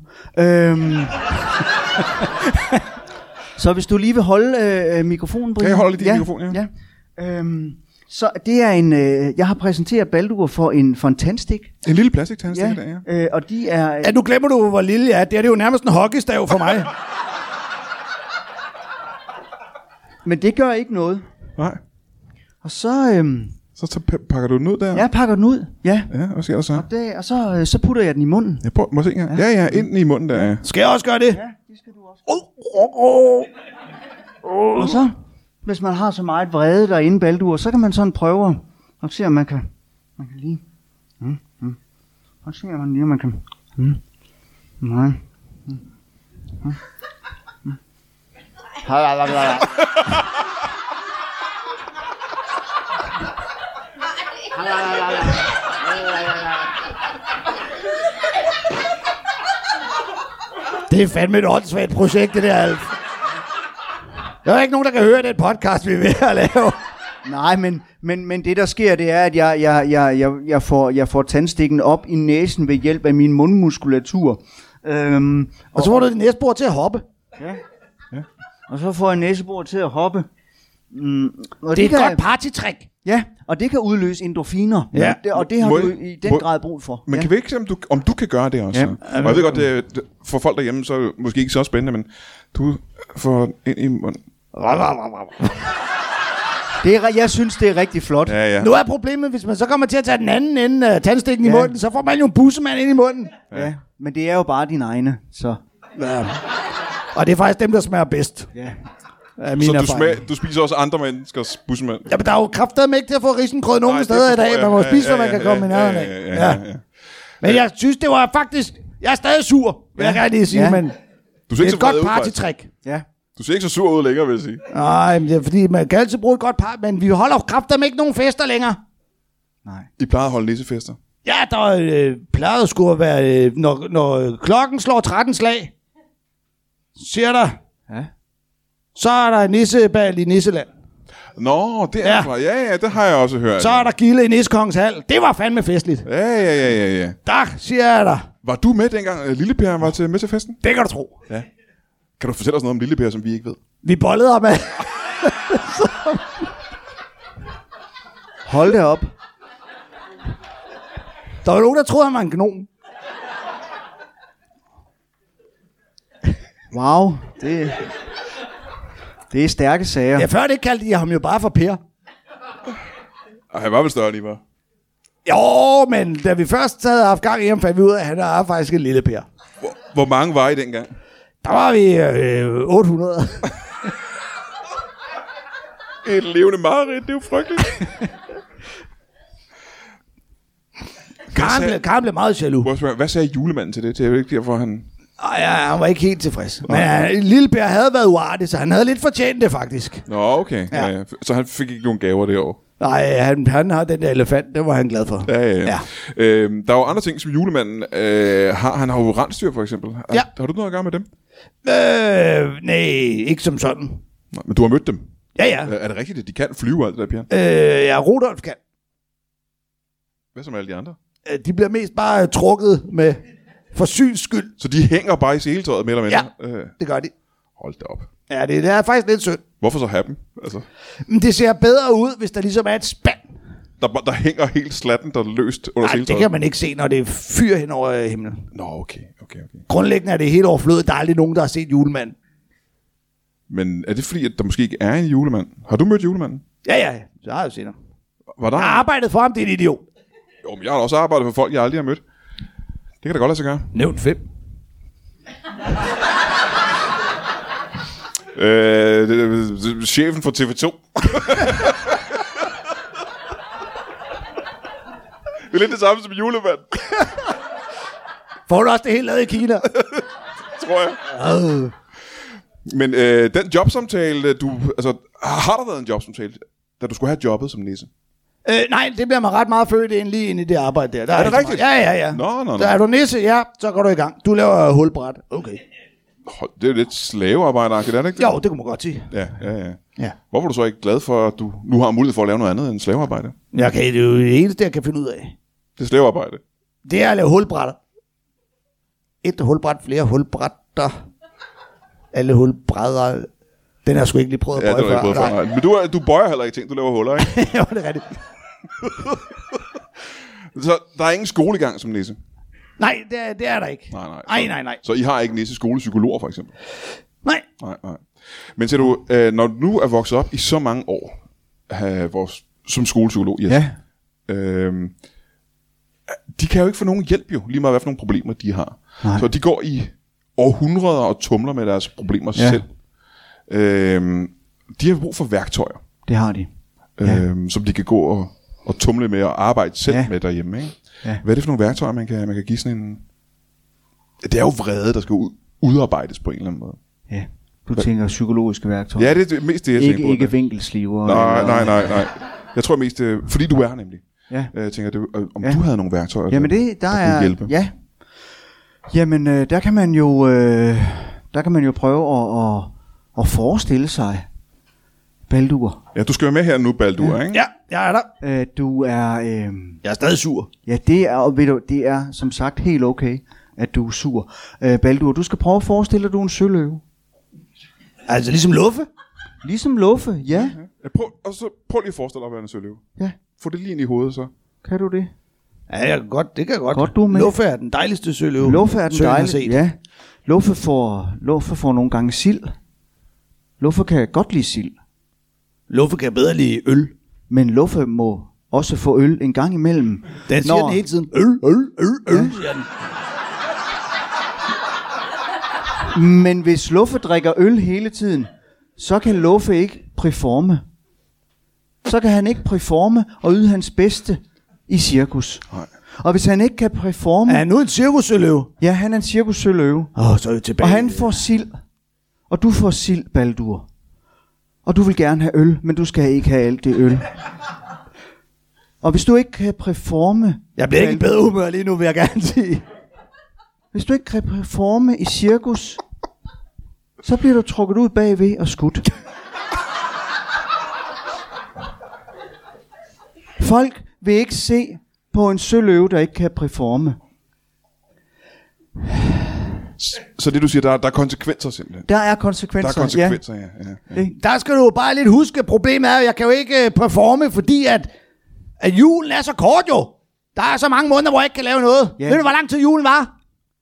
Speaker 3: Så hvis du lige vil holde mikrofonen, Brian.
Speaker 1: Kan jeg holde lige din mikrofon, ja?
Speaker 3: Ja. Så det er en... jeg har præsenteret Baldur for en tandstik.
Speaker 1: En lille plastiktandstik der,
Speaker 3: ja. Og de er...
Speaker 2: Ja, nu glemmer du, hvor lille jeg er. Det er jo nærmest en hockeystav for mig.
Speaker 3: Men det gør ikke noget.
Speaker 1: Nej.
Speaker 3: Og så...
Speaker 1: Så pakker du den ud der?
Speaker 3: Ja, pakker den ud, ja.
Speaker 1: Ja, hvad sker der så?
Speaker 3: Og så putter jeg den i munden.
Speaker 1: Ja, må se her. Ja, ind i munden der, ja.
Speaker 2: Skal jeg også gøre det?
Speaker 3: Ja, det skal du også. Og så, hvis man har så meget vrede derinde, Baldur, så kan man sådan prøve at se, om man kan lige... Og se, om man kan... Nej.
Speaker 2: Det er fandme et åndssvagt projekt, det der, Alf. Der er ikke nogen, der kan høre den podcast, vi er ved at lave.
Speaker 3: Nej, men det der sker, det er, at jeg får tandstikken op i næsen ved hjælp af min mundmuskulatur.
Speaker 2: Og så får du din næsebor til at hoppe.
Speaker 3: Ja. Og så får jeg næsebor til at hoppe.
Speaker 2: Og det er et godt partytrick.
Speaker 3: Ja, og det kan udløse endorfiner.
Speaker 2: Ja.
Speaker 3: Og det har du i den grad brug for.
Speaker 1: Men kan vi ikke se, om du kan gøre det også? Ja. Og jeg ved godt, det for folk derhjemme, så er det måske ikke så spændende, men du får ind i munden.
Speaker 3: Jeg synes, det er rigtig flot.
Speaker 1: Ja.
Speaker 2: Nu er problemet, hvis man så kommer til at tage den anden ende af tandstikken i munden, så får man jo en bussemand ind i munden.
Speaker 3: Ja, men det er jo bare din egne, så...
Speaker 2: Ja. Og det er faktisk dem, der smager bedst.
Speaker 3: Ja.
Speaker 1: Så du spiser også andre menneskers bussemand?
Speaker 2: Ja, men der er jo kraftedeme ikke til at få risengrød nogen steder i dag. Man må spise, hvad man kan komme i nærheden af. Ja. Men jeg synes, det var faktisk... Jeg er stadig sur, vil jeg gerne lige sige, men...
Speaker 1: Du ser ikke
Speaker 2: det er et godt partytrick.
Speaker 3: Ja.
Speaker 1: Du ser ikke så sur ud længere, vil jeg sige.
Speaker 2: Nej, men det er fordi, man kan altid bruge et godt par, men vi holder kraftedeme ikke nogen fester længere.
Speaker 3: Nej.
Speaker 1: I plejede at holde nissefester?
Speaker 2: Ja, der plejede sgu at være... Når klokken slår 13 slag, siger der...
Speaker 3: Ja.
Speaker 2: Så er der en nissebal i Nisseland.
Speaker 1: Nå, det er fra. Ja, det har jeg også hørt.
Speaker 2: Så er der gilde i Niskongens hal. Det var fandme festligt.
Speaker 1: Ja.
Speaker 2: Der siger jeg dig.
Speaker 1: Var du med dengang Lille Per var med til festen?
Speaker 2: Det kan du tro.
Speaker 1: Ja. Kan du fortælle os noget om Lille Per, som vi ikke ved?
Speaker 2: Vi bollede op af.
Speaker 3: Hold det op.
Speaker 2: Der var nogen, der troede, han var en gnom.
Speaker 3: Wow, det er stærke sager.
Speaker 2: Ja, før det kaldte jeg ham jo bare for Per.
Speaker 1: Og han var vel større end I var?
Speaker 2: Jo, men da vi først havde haft gang i ham, fandt vi ud af, at han er faktisk en lille Per.
Speaker 1: Hvor mange var I dengang?
Speaker 2: Der var vi 800.
Speaker 1: Et levende mareridt, det er jo frygteligt.
Speaker 2: Karen blev meget jaloux.
Speaker 1: Hvad sagde julemanden til det? Det er jo ikke derfor, han...
Speaker 2: Han var ikke helt tilfreds. Men Lille Per havde været uartig, så han havde lidt fortjent det, faktisk.
Speaker 1: Nå, okay. Ja. Så han fik ikke nogen gaver det år?
Speaker 2: Nej, han har den der elefant. Det var han glad for.
Speaker 1: Ja. Der er jo andre ting, som julemanden har. Han har jo rensdyr, for eksempel. Har du noget at gøre med dem?
Speaker 2: Nej, ikke som sådan.
Speaker 1: Nej, men du har mødt dem?
Speaker 2: Ja.
Speaker 1: Er det rigtigt, at de kan flyve alt det der, Per?
Speaker 2: Ja, Rudolf kan.
Speaker 1: Hvad så med alle de andre?
Speaker 2: De bliver mest bare trukket med for syns skyld.
Speaker 1: Så de hænger bare i seletøjet, mere eller mindre?
Speaker 2: Ja, det gør de.
Speaker 1: Hold da op.
Speaker 2: Ja, det er faktisk lidt synd.
Speaker 1: Hvorfor så have dem? Altså.
Speaker 2: Men det ser bedre ud, hvis der ligesom er et spand.
Speaker 1: Der hænger helt slatten, der er løst under seletøjet?
Speaker 2: Nej, det kan man ikke se, når det fyrer hen over himlen.
Speaker 1: Nå, okay.
Speaker 2: Grundlæggende er det helt overflødet. Der er aldrig nogen, der har set julemanden.
Speaker 1: Men er det fordi, at der måske ikke er en julemand? Har du mødt julemanden?
Speaker 2: Ja, så har jeg set ham.
Speaker 1: Var der?
Speaker 2: Jeg har arbejdet for ham, det er en idiot.
Speaker 1: Jo, men jeg har også arbejdet for folk, jeg aldrig har mødt. Det kan da godt lade sig gøre.
Speaker 2: Nævn 5.
Speaker 1: Chefen for TV2. Det er lidt det samme som julemand.
Speaker 2: Får du også det hele lavet i Kina?
Speaker 1: Tror jeg. Men den jobsamtale, har der været en jobsamtale, da du skulle have jobbet som nisse?
Speaker 2: Nej, det bliver man ret meget født ind lige ind i det arbejde der.
Speaker 1: Er det rigtigt?
Speaker 2: Ja.
Speaker 1: Nå.
Speaker 2: Så er du nisse, ja, så går du i gang. Du laver hulbræt. Okay.
Speaker 1: Det er jo lidt slavearbejde-agtigt, er det ikke?
Speaker 2: Jo, det kunne man godt sige.
Speaker 1: Ja. Hvorfor er du så ikke glad for, at du nu har mulighed for at lave noget andet end slavearbejde?
Speaker 2: Det er jo det eneste, jeg kan finde ud af.
Speaker 1: Det er slavearbejde?
Speaker 2: Det er at lave hulbrætter. Et hulbræt, flere hulbrætter. Alle hulbrætter. Den har jeg sgu ikke lige prøvet at bøje før.
Speaker 1: Men du bøjer heller ikke ting, du laver huller, ikke?
Speaker 2: Jo, det er rigtigt.
Speaker 1: Så der er ingen skolegang som nisse?
Speaker 2: Nej, det er der ikke. Nej.
Speaker 1: Så I har ikke nisse skolepsykologer, for eksempel?
Speaker 2: Nej.
Speaker 1: Men ser du, når du nu er vokset op i så mange år som skolepsykolog, yes,
Speaker 3: ja.
Speaker 1: De kan jo ikke få nogen hjælp jo, lige meget hvad for nogle problemer de har.
Speaker 3: Nej.
Speaker 1: Så de går i århundreder og tumler med deres problemer selv. De har brug for værktøjer.
Speaker 3: Det har de.
Speaker 1: Som de kan gå og tumle med og arbejde selv med derhjemme. Ikke?
Speaker 3: Ja.
Speaker 1: Hvad er det for nogle værktøjer, man kan give sådan en... Det er jo vrede, der skal udarbejdes på en eller anden måde.
Speaker 3: Ja, du tænker psykologiske værktøjer.
Speaker 1: Ja, det er mest det, jeg tænker på.
Speaker 3: Ikke vinkelsliver.
Speaker 1: Nej. Jeg tror mest, fordi du er her nemlig.
Speaker 3: Ja.
Speaker 1: Jeg tænker, du havde nogle værktøjer,
Speaker 3: jamen der er
Speaker 1: hjælpe.
Speaker 3: Ja. Jamen der kan man jo prøve at forestille sig Baldur.
Speaker 1: Ja, du skal være med her nu, Baldur, ikke?
Speaker 2: Ja, jeg er der.
Speaker 3: Du er...
Speaker 2: jeg er stadig sur.
Speaker 3: Ja, det er som sagt helt okay, at du er sur. Baldur, du skal prøve at forestille dig, du er en søløve.
Speaker 2: Altså ligesom Luffe?
Speaker 3: Ligesom Luffe, ja.
Speaker 1: Prøv lige at forestille dig at være en søløve.
Speaker 3: Ja.
Speaker 1: Få det lige ind i hovedet, så.
Speaker 3: Kan du det?
Speaker 2: Ja, det kan jeg godt.
Speaker 3: Godt, du er med.
Speaker 2: Luffe er den dejligste søløve.
Speaker 3: Luffe er den dejligste, ja. Luffe får nogle gange sild. Luffe kan godt lide sild.
Speaker 2: Luffe kan bedre lide øl.
Speaker 3: Men Luffe må også få øl en gang imellem.
Speaker 2: Den siger den hele tiden. Øl, siger den.
Speaker 3: Men hvis Luffe drikker øl hele tiden, så kan Luffe ikke performe. Så kan han ikke performe og yde hans bedste i cirkus.
Speaker 1: Nej.
Speaker 3: Og hvis han ikke kan performe...
Speaker 2: Er han nu en cirkussøløve?
Speaker 3: Ja, han er en cirkussøløve.
Speaker 2: Så er vi tilbage.
Speaker 3: Og han får sild. Og du får sild, Baldur. Og du vil gerne have øl, men du skal ikke have alt det øl. Og hvis du ikke kan performe...
Speaker 2: Jeg bliver ikke i bedre humør lige nu, vil jeg gerne sige.
Speaker 3: Hvis du ikke kan performe i cirkus, så bliver du trukket ud bagved og skudt. Folk vil ikke se på en søløve, der ikke kan performe.
Speaker 1: Så det du siger, der er konsekvenser simpelthen?
Speaker 3: Der er konsekvenser,
Speaker 1: Der er konsekvenser, ja.
Speaker 2: Der skal du bare lidt huske, problemet er, at jeg kan jo ikke performe, fordi at julen er så kort jo. Der er så mange måneder, hvor jeg ikke kan lave noget. Ved du, hvor lang tid julen var?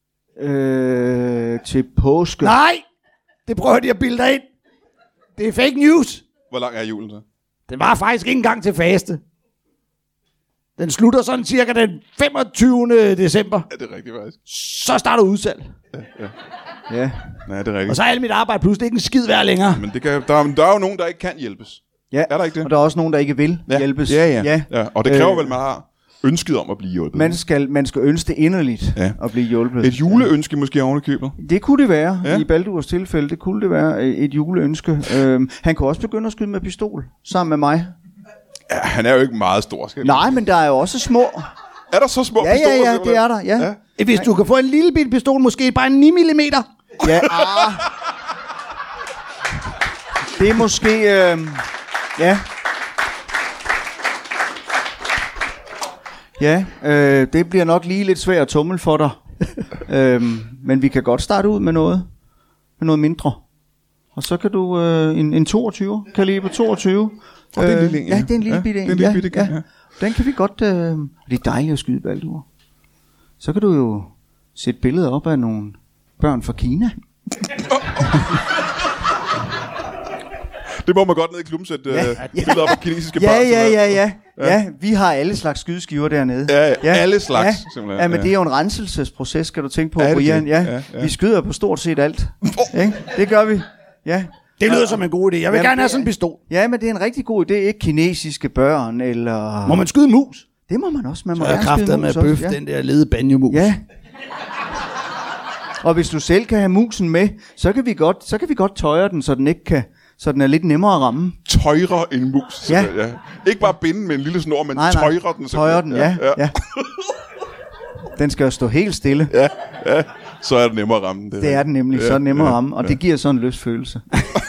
Speaker 3: Til påske.
Speaker 2: Nej, det prøver de at bilde dig ind. Det er fake news.
Speaker 1: Hvor lang er julen så?
Speaker 2: Den var faktisk ikke engang til faste. Den slutter sådan cirka den 25. december.
Speaker 1: Ja, det er rigtigt faktisk.
Speaker 2: Så starter udsalg.
Speaker 3: Ja.
Speaker 1: Nej, det er rigtigt.
Speaker 2: Og så er alt mit arbejde pludselig ikke en skid værd længere.
Speaker 1: Men det kan, der er jo nogen, der ikke kan hjælpes.
Speaker 3: Ja,
Speaker 1: er der ikke det?
Speaker 3: Og der er også nogen, der ikke vil hjælpes.
Speaker 1: Ja. Og det kræver vel, man har ønsket om at blive hjulpet.
Speaker 3: Man skal ønske det inderligt at blive hjulpet.
Speaker 1: Et juleønske måske ovenikøbet?
Speaker 3: Det kunne det være. I Baldurs tilfælde. Det kunne det være et juleønske. Han kunne også begynde at skyde med pistol sammen med mig.
Speaker 1: Ja, han er jo ikke meget stor.
Speaker 3: Nej, men der er jo også små.
Speaker 1: Er der så små pistoler?
Speaker 3: Ja, det er der. Ja.
Speaker 2: Hvis du kan få en lille bitte pistol, måske bare en 9 mm.
Speaker 3: Ja, det er måske... ja. Ja, det bliver nok lige lidt svært at tummel for dig. Men vi kan godt starte ud med noget mindre. Og så kan du en 22 kaliber 22.
Speaker 1: Og det er en lille en.
Speaker 3: Ja, det er en lille bitte en.
Speaker 1: Det er en lille bitte en.
Speaker 3: Den kan vi godt... det er dejligt at skyde Baldur. Så kan du jo sætte billeder op af nogle børn fra Kina.
Speaker 1: Det må man godt ned i klubben sætte billeder op af kinesiske børn.
Speaker 3: Ja, vi har alle slags skydeskiver dernede.
Speaker 1: Ja, alle slags, simpelthen.
Speaker 3: Ja, men det er jo en renselsesproces, skal du tænke på,
Speaker 1: Ja,
Speaker 3: Brian. Ja. Vi skyder på stort set alt. Det gør vi. Ja.
Speaker 2: Det lyder som en god idé. Jeg vil gerne have sådan en pistol.
Speaker 3: Ja, men det er en rigtig god idé. Ikke kinesiske børn, eller...
Speaker 2: Må man skyde en mus?
Speaker 3: Det må man også. Man må
Speaker 2: så jeg
Speaker 3: skyde
Speaker 2: med at bøffe den der lede banjomus.
Speaker 3: Ja. Og hvis du selv kan have musen med, så kan vi godt tøjre den, så den ikke kan... Så den er lidt nemmere at ramme.
Speaker 1: Tøjre en mus. Ja. Ikke bare binde med en lille snor, men tøjre den.
Speaker 3: Tøjre den, ja. Den skal jo stå helt stille.
Speaker 1: Ja. Så er det nemmere at ramme.
Speaker 3: Det er den nemlig, så er det nemmere at ramme. Og det giver sådan en lystfølelse.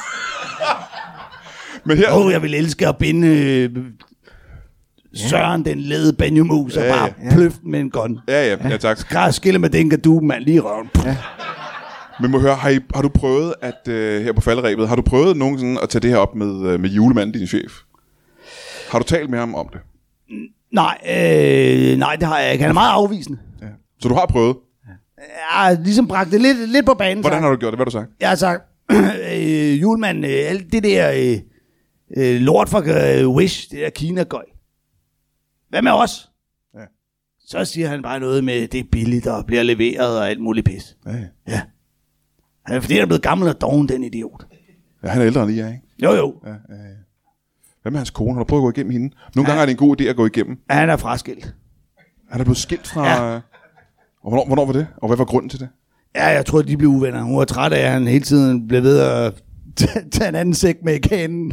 Speaker 2: Men her... jeg vil elske at binde Søren den lede banjomus og bare pløfte med en gun.
Speaker 1: Ja, tak.
Speaker 2: Skille med den du mand lige i røven. Ja.
Speaker 1: Men må høre, har du prøvet at her på falderebet, har du prøvet nogensinde at tage det her op med julemanden, din chef? Har du talt med ham om det?
Speaker 2: Nej, det har jeg ikke. Han er meget afvisende.
Speaker 1: Ja. Så du har prøvet?
Speaker 2: Ja, ligesom bragt det lidt på banen.
Speaker 1: Hvordan har du gjort det? Hvad har du sagt?
Speaker 2: Jeg har sagt, julemanden, alt det der lort fra Wish, det der Kina-gøj. Hvad med os? Ja. Så siger han bare noget med, det er billigt og bliver leveret og alt muligt pis. Ja. Han er fordi, han er blevet gammel og doven, den idiot.
Speaker 1: Ja, han er ældre end I er, ikke?
Speaker 2: Jo.
Speaker 1: Ja. Hvad med hans kone? Har du prøvet at gå igennem hende? Nogle gange er det en god idé at gå igennem.
Speaker 2: Ja, han er fraskilt.
Speaker 1: Han er blevet skilt fra... Ja. Og hvornår var det? Og hvad var grunden til det?
Speaker 2: Ja, jeg tror, de blev uvenner. Hun var træt af, at han hele tiden blev ved at tage en anden sæk med i kanen.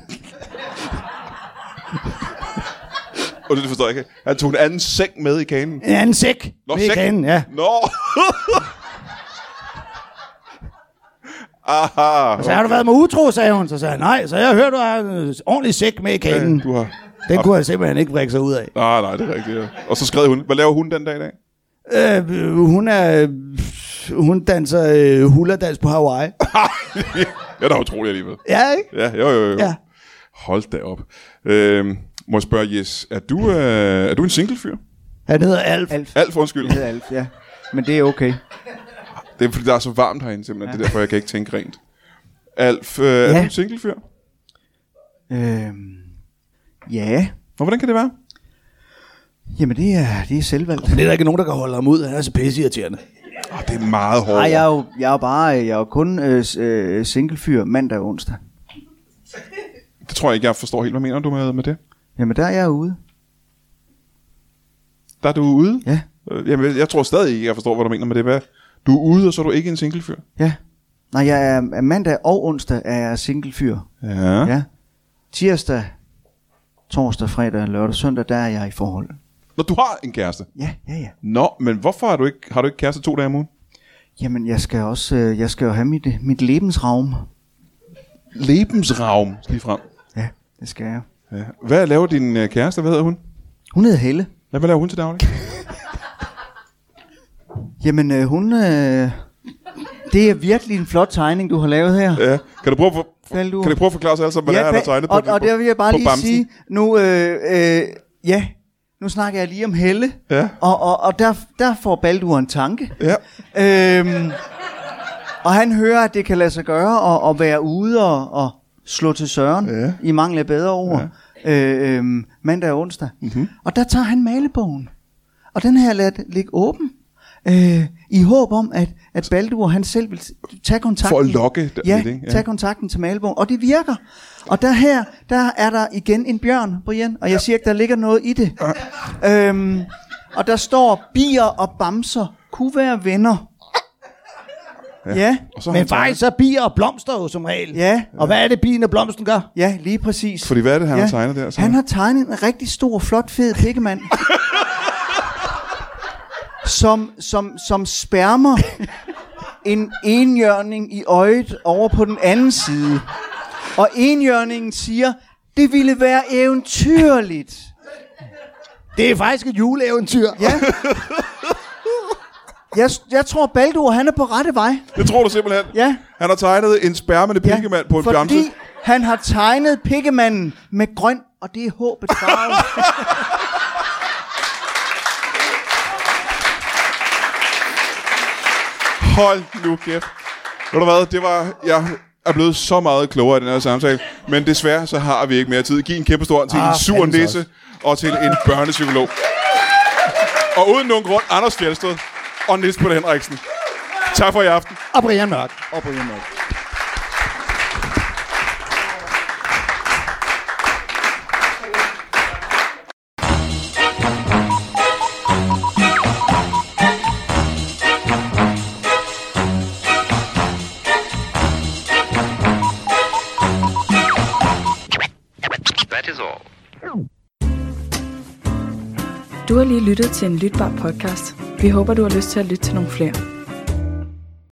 Speaker 1: Og det forstår jeg ikke. Han tog en anden sæk med i kanen?
Speaker 2: En anden sæk med i kanen, ja.
Speaker 1: Nå! Aha,
Speaker 2: så har du været med utro, sagde hun. Så sagde jeg, nej, så jeg har hørt, du har en ordentlig sæk med i kanen.
Speaker 1: Ja,
Speaker 2: den kunne jeg simpelthen ikke brække sig ud af.
Speaker 1: Nej, det er rigtigt. Ja. Og så skrev hun. Hvad laver hun den dag i dag?
Speaker 2: Hun danser hula-dans på Hawaii.
Speaker 1: Ja, det er utroligt alligevel.
Speaker 2: Ja, ikke?
Speaker 1: Ja, jo.
Speaker 2: Ja.
Speaker 1: Hold da op. Må jeg spørge, Jes, er du en single-fyr?
Speaker 2: Han hedder Alf.
Speaker 1: Alf, undskyld.
Speaker 3: Han hedder Alf, ja. Men det er okay.
Speaker 1: Det er fordi, der er så varmt herinde, simpelthen. Ja. Det er derfor, jeg kan ikke tænke rent. Alf, er du en single-fyr?
Speaker 3: Ja.
Speaker 1: Og hvordan kan det være?
Speaker 3: Jamen, det er selvvalgt.
Speaker 2: Men det er der ikke nogen, der kan holde ham ud. Han er så pisseirriterende.
Speaker 1: Det er meget hårdt.
Speaker 3: Nej, jeg er jo kun single-fyr mandag og onsdag.
Speaker 1: Det tror jeg ikke, jeg forstår helt. Hvad mener du med det?
Speaker 3: Jamen, der er jeg ude.
Speaker 1: Der er du ude?
Speaker 3: Ja.
Speaker 1: Jamen, jeg tror stadig ikke, jeg forstår, hvad du mener med det. Hvad? Du er ude, og så er du ikke en single-fyr?
Speaker 3: Ja. Nej, jeg er mandag og onsdag er jeg single-fyr. Ja. Tirsdag, torsdag, fredag, lørdag, søndag, der er jeg i forhold.
Speaker 1: Når du har en kæreste?
Speaker 3: Ja.
Speaker 1: Nå, men hvorfor har du ikke kæreste 2 dage om ugen?
Speaker 3: Jamen, jeg skal jo have mit Lebensraum.
Speaker 1: Lebensraum, lige frem.
Speaker 3: Ja, det skal jeg.
Speaker 1: Ja. Hvad laver din kæreste? Hvad hedder hun?
Speaker 3: Hun hedder Helle.
Speaker 1: Hvad laver hun til daglig?
Speaker 3: Jamen, hun... det er virkelig en flot tegning, du har lavet her.
Speaker 1: Ja. Kan du prøve at forklare os alle sammen, hvad han har tegnet på?
Speaker 3: Og der vil jeg bare lige bamsen. Sige, nu... Nu snakker jeg lige om Helle.
Speaker 1: Ja.
Speaker 3: Og der får Baldur en tanke.
Speaker 1: Ja.
Speaker 3: Og han hører, at det kan lade sig gøre at være ude og slå til Søren, i mangel af bedre ord, mandag og onsdag. Mm-hmm. Og der tager han malebogen. Og den her lader ligge åben, i håb om, at Baldur han selv vil tage kontakten.
Speaker 1: For at lokke
Speaker 3: tage kontakten til malebogen. Og det virker. Og der er der igen en bjørn, Brian. Og jeg siger ikke, der ligger noget i det. Og der står, bier og bamser kunne være venner. Ja.
Speaker 2: Men faktisk så bier og blomster jo som regel.
Speaker 3: Ja.
Speaker 2: Og hvad er det, bien og blomsten gør?
Speaker 3: Ja, lige præcis.
Speaker 1: Fordi hvad er det, han har tegnet der? Så?
Speaker 3: Han har tegnet en rigtig stor, flot, fed pikkemand. som spærmer en enhjørning i øjet over på den anden side. Og enhjørningen siger, det ville være eventyrligt.
Speaker 2: Det er faktisk et juleeventyr.
Speaker 3: Ja. Jeg tror, Baldur, han er på rette vej.
Speaker 1: Det tror du simpelthen?
Speaker 3: Ja.
Speaker 1: Han har tegnet en spærmende pikkemand på en bjørnse.
Speaker 3: Fordi han har tegnet pikkemanden med grøn, og det er håbets farve.
Speaker 1: Hold nu kæft. Ved du hvad, jeg er blevet så meget klogere i den her samtale, men desværre så har vi ikke mere tid. Giv en kæmpe stor til en sur nisse og til en børnepsykolog. Og uden nogen grund, Anders Fjeldsted og Niels Peter Henriksen. Tak for i aften.
Speaker 2: Og Brian Mørk.
Speaker 4: Du har lige lyttet til en lytbar podcast. Vi håber, du har lyst til at lytte til nogle flere.